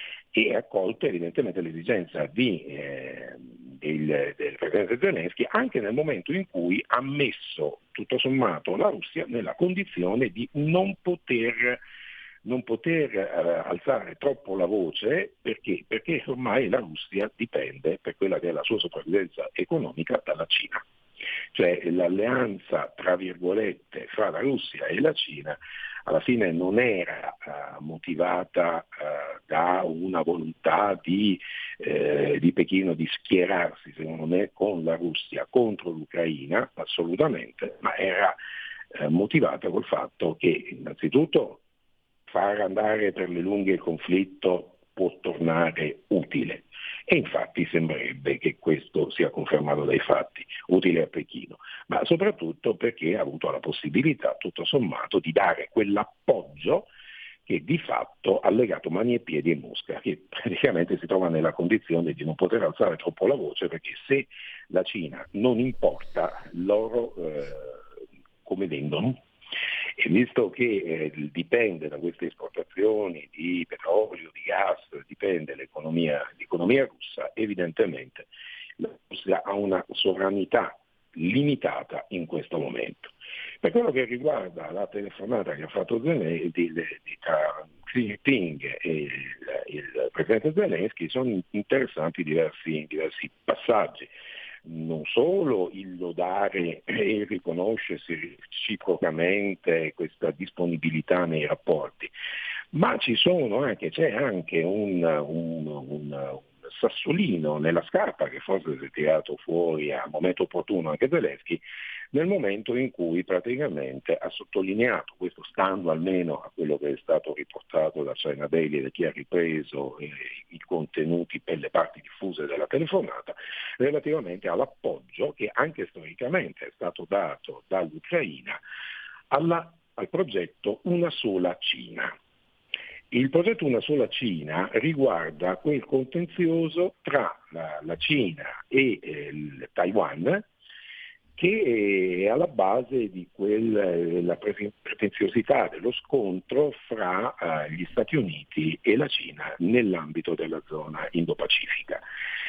e ha colto evidentemente l'esigenza di, eh, del, del presidente Zelensky anche nel momento in cui ha messo tutto sommato la Russia nella condizione di non poter, non poter eh, alzare troppo la voce. Perché? Perché ormai la Russia dipende, per quella che è la sua sopravvivenza economica, dalla Cina. Cioè l'alleanza tra virgolette fra la Russia e la Cina alla fine non era uh, motivata uh, da una volontà di, eh, di Pechino di schierarsi, secondo me, con la Russia contro l'Ucraina, assolutamente, ma era uh, motivata col fatto che innanzitutto far andare per le lunghe il conflitto può tornare utile. E infatti sembrerebbe che questo sia confermato dai fatti, utile a Pechino, ma soprattutto perché ha avuto la possibilità, tutto sommato, di dare quell'appoggio che di fatto ha legato mani e piedi a Mosca, che praticamente si trova nella condizione di non poter alzare troppo la voce, perché se la Cina non importa, loro eh, come vendono? E visto che eh, dipende da queste esportazioni di petrolio, di gas, dipende l'economia, l'economia russa, evidentemente la Russia ha una sovranità limitata in questo momento. Per quello che riguarda la telefonata che ha fatto Zelensky, di, di, tra Xi Jinping e il, il presidente Zelensky, sono interessanti diversi, diversi passaggi. Non solo il lodare e il riconoscersi reciprocamente questa disponibilità nei rapporti, ma ci sono anche, c'è anche un, un, un, un sassolino nella scarpa che forse si è tirato fuori al momento opportuno anche Zelensky, nel momento in cui praticamente ha sottolineato, questo stando almeno a quello che è stato riportato da China Daily e da chi ha ripreso eh, i contenuti per le parti diffuse della telefonata, relativamente all'appoggio che anche storicamente è stato dato dall'Ucraina alla, al progetto Una Sola Cina. Il progetto Una Sola Cina riguarda quel contenzioso tra la, la Cina e eh, il Taiwan, che è alla base di quella pretenziosità dello scontro fra uh, gli Stati Uniti e la Cina nell'ambito della zona Indo-Pacifica.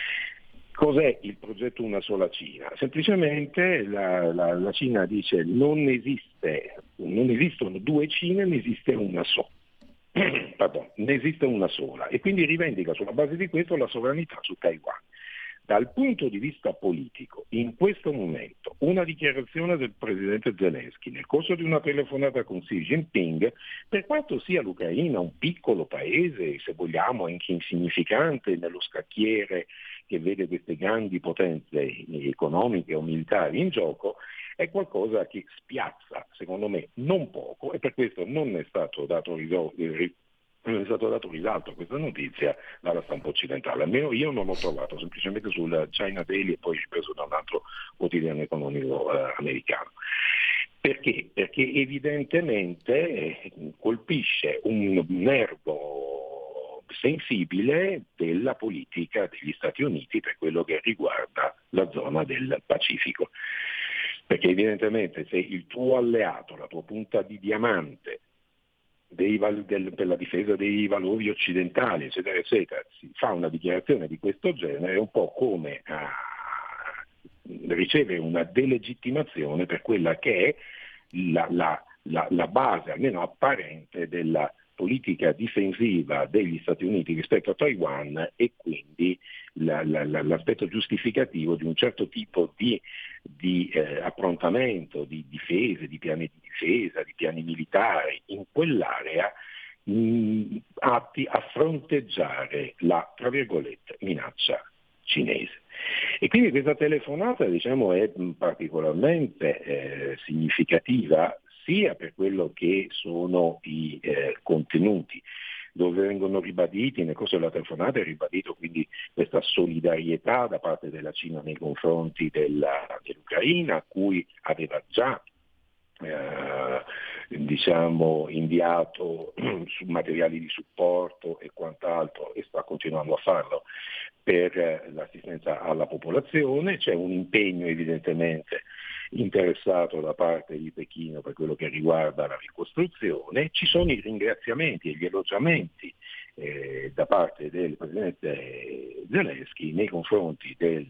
Cos'è il progetto Una Sola Cina? Semplicemente la, la, la Cina dice non esiste, non esistono due Cine, ne esiste una sola. Pardon, ne esiste una sola, e quindi rivendica sulla base di questo la sovranità su Taiwan. Dal punto di vista politico, in questo momento, una dichiarazione del presidente Zelensky nel corso di una telefonata con Xi Jinping, per quanto sia l'Ucraina un piccolo paese, se vogliamo anche insignificante nello scacchiere che vede queste grandi potenze economiche o militari in gioco, è qualcosa che spiazza, secondo me, non poco, e per questo non è stato dato risolto. Non è stato dato risalto a questa notizia dalla stampa occidentale, almeno io non l'ho trovato, semplicemente sul China Daily e poi ripreso da un altro quotidiano economico eh, americano. Perché? Perché evidentemente eh, colpisce un nervo sensibile della politica degli Stati Uniti per quello che riguarda la zona del Pacifico. Perché evidentemente se il tuo alleato, la tua punta di diamante, Dei, del, per la difesa dei valori occidentali, eccetera, eccetera, si fa una dichiarazione di questo genere, è un po' come uh, riceve una delegittimazione per quella che è la, la, la, la base, almeno apparente, della politica difensiva degli Stati Uniti rispetto a Taiwan, e quindi la, la, la, l'aspetto giustificativo di un certo tipo di, di eh, approntamento, di difese, di piani di difesa, di piani militari in quell'area, mh, atti a fronteggiare la, tra virgolette, minaccia cinese. E quindi questa telefonata, diciamo, è particolarmente eh, significativa sia per quello che sono i eh, contenuti, dove vengono ribaditi, nel corso della telefonata è ribadito quindi questa solidarietà da parte della Cina nei confronti della, dell'Ucraina, a cui aveva già eh, diciamo inviato su materiali di supporto e quant'altro, e sta continuando a farlo per l'assistenza alla popolazione. C'è un impegno evidentemente interessato da parte di Pechino per quello che riguarda la ricostruzione, ci sono i ringraziamenti e gli elogiamenti eh, da parte del Presidente Zelensky nei confronti del,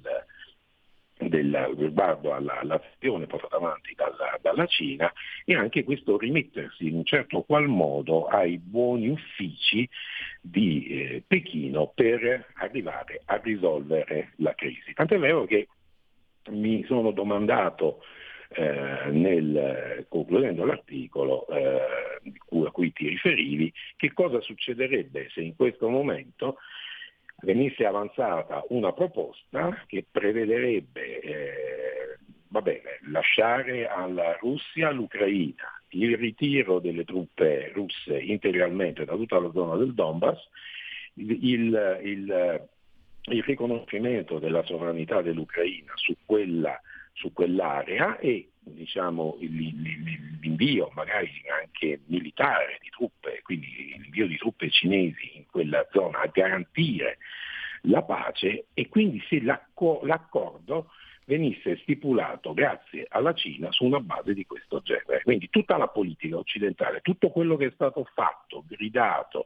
del riguardo alla, all'azione portata avanti dalla, dalla Cina, e anche questo rimettersi in un certo qual modo ai buoni uffici di eh, Pechino per arrivare a risolvere la crisi. Tant'è vero che mi sono domandato eh, nel, concludendo l'articolo eh, a cui ti riferivi, che cosa succederebbe se in questo momento venisse avanzata una proposta che prevederebbe eh, va bene, lasciare alla Russia l'Ucraina, il ritiro delle truppe russe integralmente da tutta la zona del Donbass, il, il il riconoscimento della sovranità dell'Ucraina su quella su quell'area e diciamo l'invio magari anche militare di truppe, quindi l'invio di truppe cinesi in quella zona a garantire la pace, e quindi se l'accordo venisse stipulato grazie alla Cina su una base di questo genere. Quindi tutta la politica occidentale, tutto quello che è stato fatto, gridato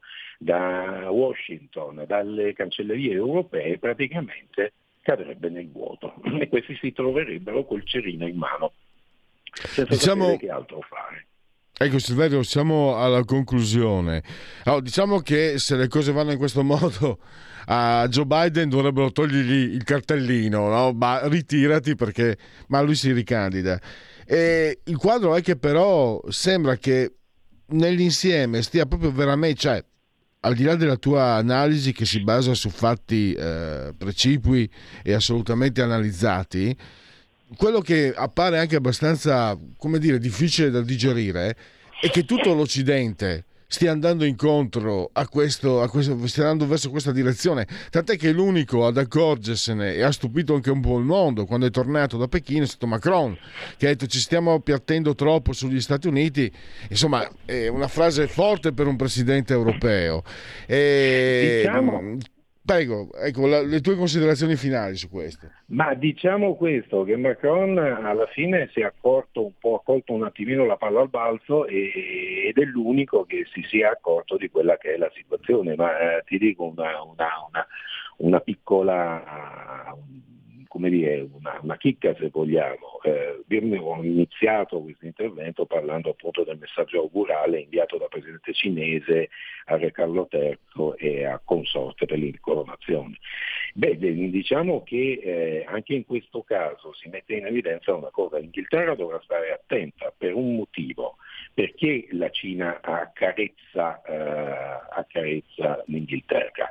da Washington, dalle cancellerie europee, praticamente cadrebbe nel vuoto e questi si troverebbero col cerino in mano, senza diciamo... sapere che altro fare. Ecco Silverio, siamo alla conclusione. Allora, diciamo che se le cose vanno in questo modo a Joe Biden dovrebbero togliergli il cartellino, no? Ma ritirati, perché ma lui si ricandida. E il quadro è che però sembra che nell'insieme stia proprio veramente, cioè al di là della tua analisi che si basa su fatti eh, precipui e assolutamente analizzati, quello che appare anche abbastanza, come dire, difficile da digerire è che tutto l'Occidente stia andando incontro a questo, a questo, stia andando verso questa direzione, tant'è che l'unico ad accorgersene, e ha stupito anche un po' il mondo quando è tornato da Pechino, è stato Macron, che ha detto ci stiamo appiattendo troppo sugli Stati Uniti. Insomma, è una frase forte per un presidente europeo. E... Diciamo... Prego, ecco la, le tue considerazioni finali su questo. Ma diciamo questo, che Macron alla fine si è accorto un po', ha colto un attimino la palla al balzo e, ed è l'unico che si sia accorto di quella che è la situazione. Ma eh, ti dico una, una, una, una piccola, come dire, una, una chicca se vogliamo. Eh, ho iniziato questo intervento parlando appunto del messaggio augurale inviato dal presidente cinese a Re Carlo terzo e a consorte per l'incoronazione. Beh, diciamo che eh, anche in questo caso si mette in evidenza una cosa: l'Inghilterra dovrà stare attenta per un motivo, perché la Cina accarezza, eh, accarezza l'Inghilterra.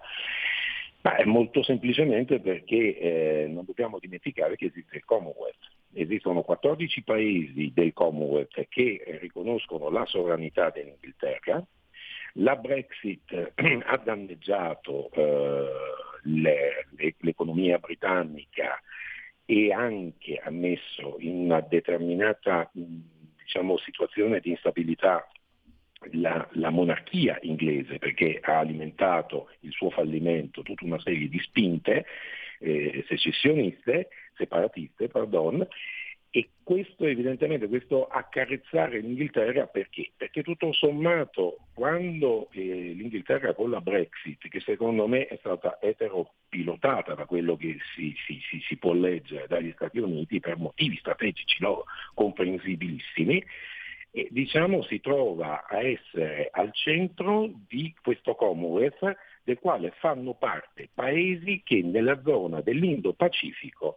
Ma è molto semplicemente perché eh, non dobbiamo dimenticare che esiste il Commonwealth. Esistono quattordici paesi del Commonwealth che riconoscono la sovranità dell'Inghilterra. La Brexit ha danneggiato eh, le, le, l'economia britannica e anche ha messo in una determinata diciamo, situazione di instabilità La, la monarchia inglese, perché ha alimentato il suo fallimento tutta una serie di spinte eh, secessioniste, separatiste, pardon, e questo evidentemente, questo accarezzare l'Inghilterra perché? Perché tutto sommato quando eh, l'Inghilterra con la Brexit, che secondo me è stata eteropilotata da quello che si, si, si, si può leggere dagli Stati Uniti per motivi strategici no, comprensibilissimi, e diciamo si trova a essere al centro di questo Commonwealth, del quale fanno parte paesi che nella zona dell'Indo-Pacifico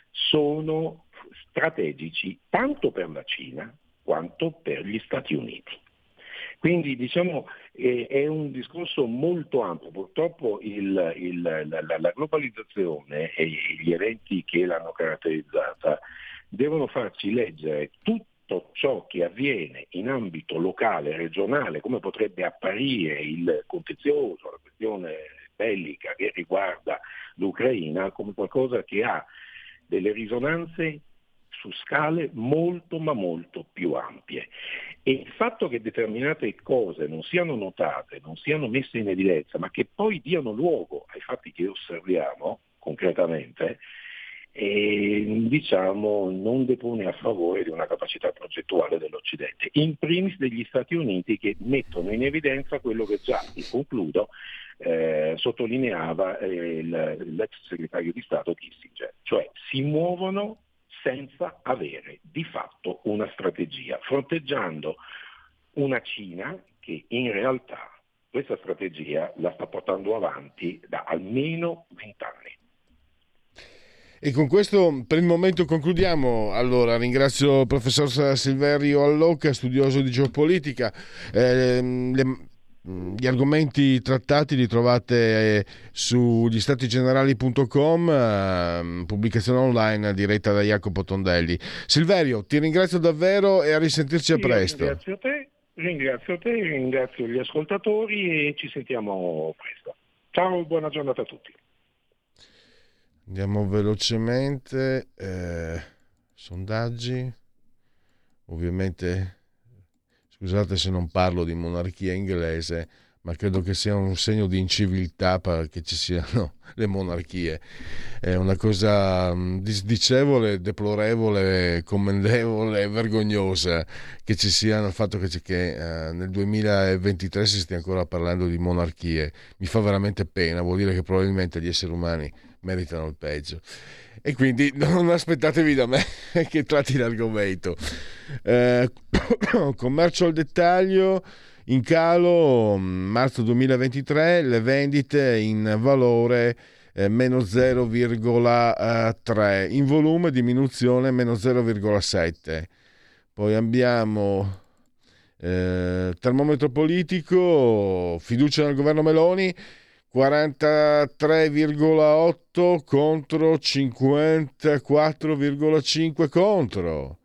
sono strategici tanto per la Cina quanto per gli Stati Uniti. Quindi diciamo eh, è un discorso molto ampio. Purtroppo il, il, la, la globalizzazione e gli eventi che l'hanno caratterizzata devono farci leggere tutti tutto ciò che avviene in ambito locale, regionale, come potrebbe apparire il contenzioso, la questione bellica che riguarda l'Ucraina, come qualcosa che ha delle risonanze su scale molto ma molto più ampie. E il fatto che determinate cose non siano notate, non siano messe in evidenza, ma che poi diano luogo ai fatti che osserviamo concretamente, e diciamo non depone a favore di una capacità progettuale dell'Occidente, in primis degli Stati Uniti, che mettono in evidenza quello che già, e concludo, eh, sottolineava eh, l'ex segretario di Stato Kissinger, cioè si muovono senza avere di fatto una strategia, fronteggiando una Cina che in realtà questa strategia la sta portando avanti da almeno vent'anni. E con questo per il momento concludiamo. Allora ringrazio il professor Silverio Allocca, studioso di geopolitica. Eh, le, gli argomenti trattati li trovate eh, su gli stati generali punto com, eh, pubblicazione online diretta da Jacopo Tondelli. Silverio, ti ringrazio davvero e a risentirci a Io presto. Ringrazio te, ringrazio te, ringrazio gli ascoltatori e ci sentiamo presto. Ciao, buona giornata a tutti. Andiamo velocemente. Eh, sondaggi. Ovviamente, scusate se non parlo di monarchia inglese, ma credo che sia un segno di inciviltà che ci siano le monarchie. È una cosa disdicevole, deplorevole, commendevole, vergognosa che ci siano, il fatto che, che eh, nel duemilaventitré si stia ancora parlando di monarchie. Mi fa veramente pena, vuol dire che probabilmente gli esseri umani meritano il peggio. E quindi non aspettatevi da me che tratti l'argomento. Eh, commercio al dettaglio in calo, marzo duemilaventitré, le vendite in valore eh, meno zero virgola tre, in volume diminuzione meno zero virgola sette. Poi abbiamo eh, termometro politico, fiducia nel governo Meloni, quarantatré virgola otto contro cinquantaquattro virgola cinque contro.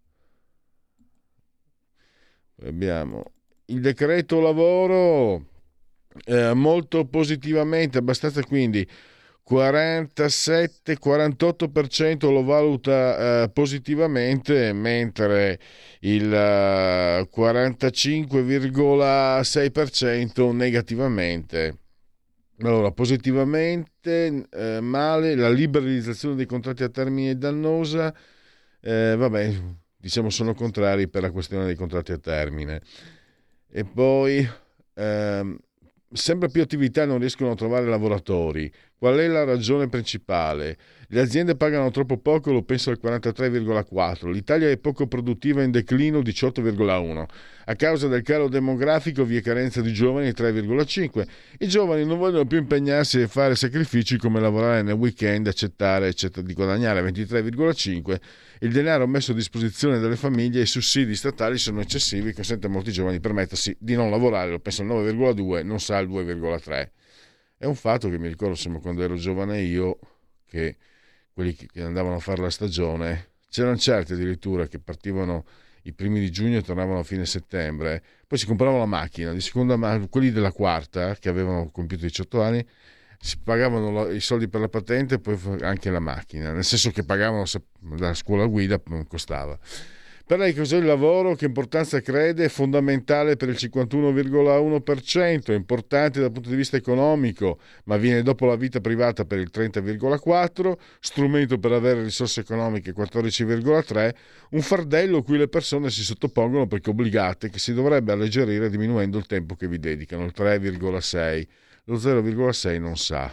Abbiamo il decreto lavoro eh, molto positivamente, abbastanza, quindi quarantasette quarantotto per cento lo valuta eh, positivamente, mentre il eh, quarantacinque virgola sei per cento negativamente. Allora, positivamente eh, male la liberalizzazione dei contratti a termine dannosa, eh, vabbè, diciamo sono contrari per la questione dei contratti a termine. E poi ehm, sempre più attività non riescono a trovare lavoratori. Qual è la ragione principale? Le aziende pagano troppo poco, lo penso al quarantatré virgola quattro. L'Italia è poco produttiva, in declino diciotto virgola uno. A causa del calo demografico vi è carenza di giovani, tre virgola cinque. I giovani non vogliono più impegnarsi e fare sacrifici come lavorare nel weekend, accettare eccetera, di guadagnare, ventitré virgola cinque. Il denaro messo a disposizione delle famiglie e i sussidi statali sono eccessivi, consente a molti giovani di permettersi di non lavorare, lo penso al nove virgola due, non sa il due virgola tre. È un fatto che mi ricordo sempre quando ero giovane io, che quelli che andavano a fare la stagione, c'erano certi addirittura che partivano i primi di giugno e tornavano a fine settembre, poi si compravano la macchina di seconda mano, quelli della quarta che avevano compiuto diciotto anni si pagavano i soldi per la patente e poi anche la macchina, nel senso che pagavano la scuola guida, non costava. Per lei cos'è il lavoro? Che importanza crede? È fondamentale per il cinquantuno virgola uno per cento, è importante dal punto di vista economico, ma viene dopo la vita privata per il trenta virgola quattro per cento, strumento per avere risorse economiche quattordici virgola tre per cento, un fardello cui le persone si sottopongono perché obbligate, che si dovrebbe alleggerire diminuendo il tempo che vi dedicano, il tre virgola sei per cento, lo zero virgola sei per cento non sa.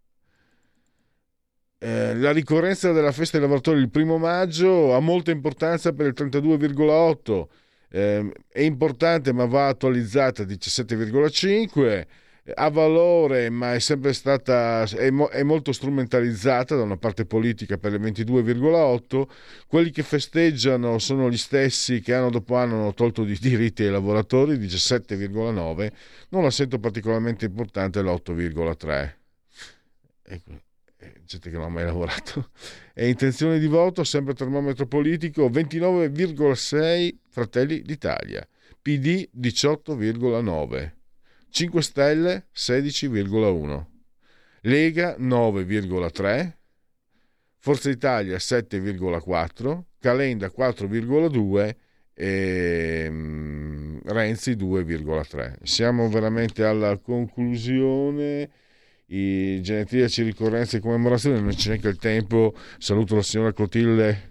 Eh, la ricorrenza della festa dei lavoratori il primo maggio ha molta importanza per il trentadue virgola otto per cento, eh, è importante ma va attualizzata diciassette virgola cinque per cento, ha valore ma è sempre stata è, mo, è molto strumentalizzata da una parte politica per il ventidue virgola otto per cento. Quelli che festeggiano sono gli stessi che anno dopo anno hanno tolto di diritti ai lavoratori, diciassette virgola nove per cento, non la sento particolarmente importante l'otto virgola tre per cento. Ecco. gente che non ha mai lavorato. E intenzione di voto, sempre termometro politico, ventinove virgola sei Fratelli d'Italia, P D diciotto virgola nove, cinque Stelle sedici virgola uno, Lega nove virgola tre, Forza Italia sette virgola quattro, Calenda quattro virgola due e Renzi due virgola tre. Siamo veramente alla conclusione. I genetriaci, ricorrenze e commemorazioni, non c'è neanche il tempo. Saluto la signora Clotilde,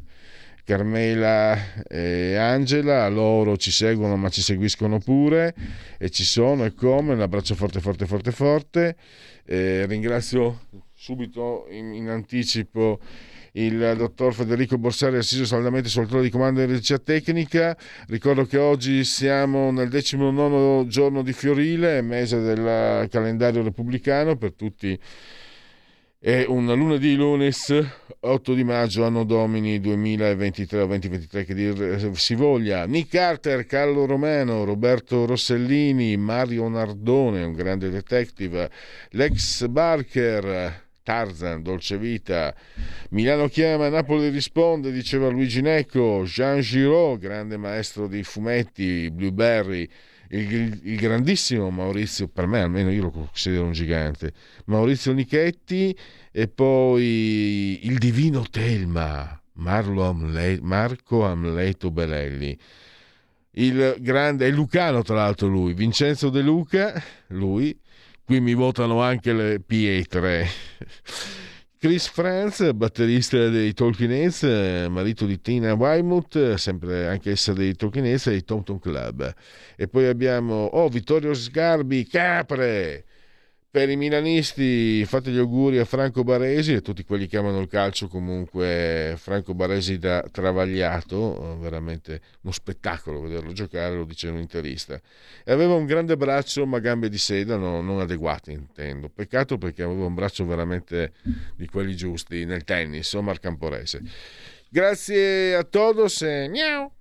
Carmela e Angela, loro ci seguono ma ci seguiscono pure e ci sono e come. Un abbraccio forte forte forte forte. Eh, ringrazio subito in, in anticipo il dottor Federico Borsari, assiso saldamente sul trono di comando di regia tecnica. Ricordo che oggi siamo nel decimonono giorno di Fiorile, mese del calendario repubblicano per tutti. È un lunedì lunes otto di maggio, anno domini duemilaventitré o duemilaventitré che dir si voglia. Nick Carter, Carlo Romano, Roberto Rossellini, Mario Nardone, un grande detective, Lex Barker, Tarzan, Dolce Vita, Milano chiama, Napoli risponde, diceva Luigi Necco, Jean Giraud, grande maestro di fumetti, Blueberry, il, il grandissimo Maurizio, per me almeno io lo considero un gigante, Maurizio Nichetti, e poi il divino Telma, Marlo Amle, Marco Amleto Belelli, il grande, è lucano tra l'altro lui, Vincenzo De Luca, lui, qui mi votano anche le pietre. Chris Franz, batterista dei Talking Heads, marito di Tina Weymouth, sempre anche essa dei Talking Heads e dei Tom Tom Club. E poi abbiamo oh, Vittorio Sgarbi, Capre. Per i milanisti fate gli auguri a Franco Baresi e tutti quelli che amano il calcio, comunque Franco Baresi da Travagliato, veramente uno spettacolo vederlo giocare, lo dice un interista. E aveva un grande braccio ma gambe di seda, no, non adeguate intendo, peccato perché aveva un braccio veramente di quelli giusti nel tennis, Omar Camporese. Grazie a todos e miau!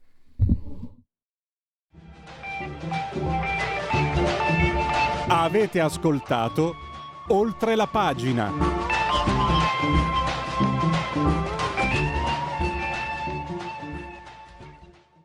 Avete ascoltato Oltre la pagina.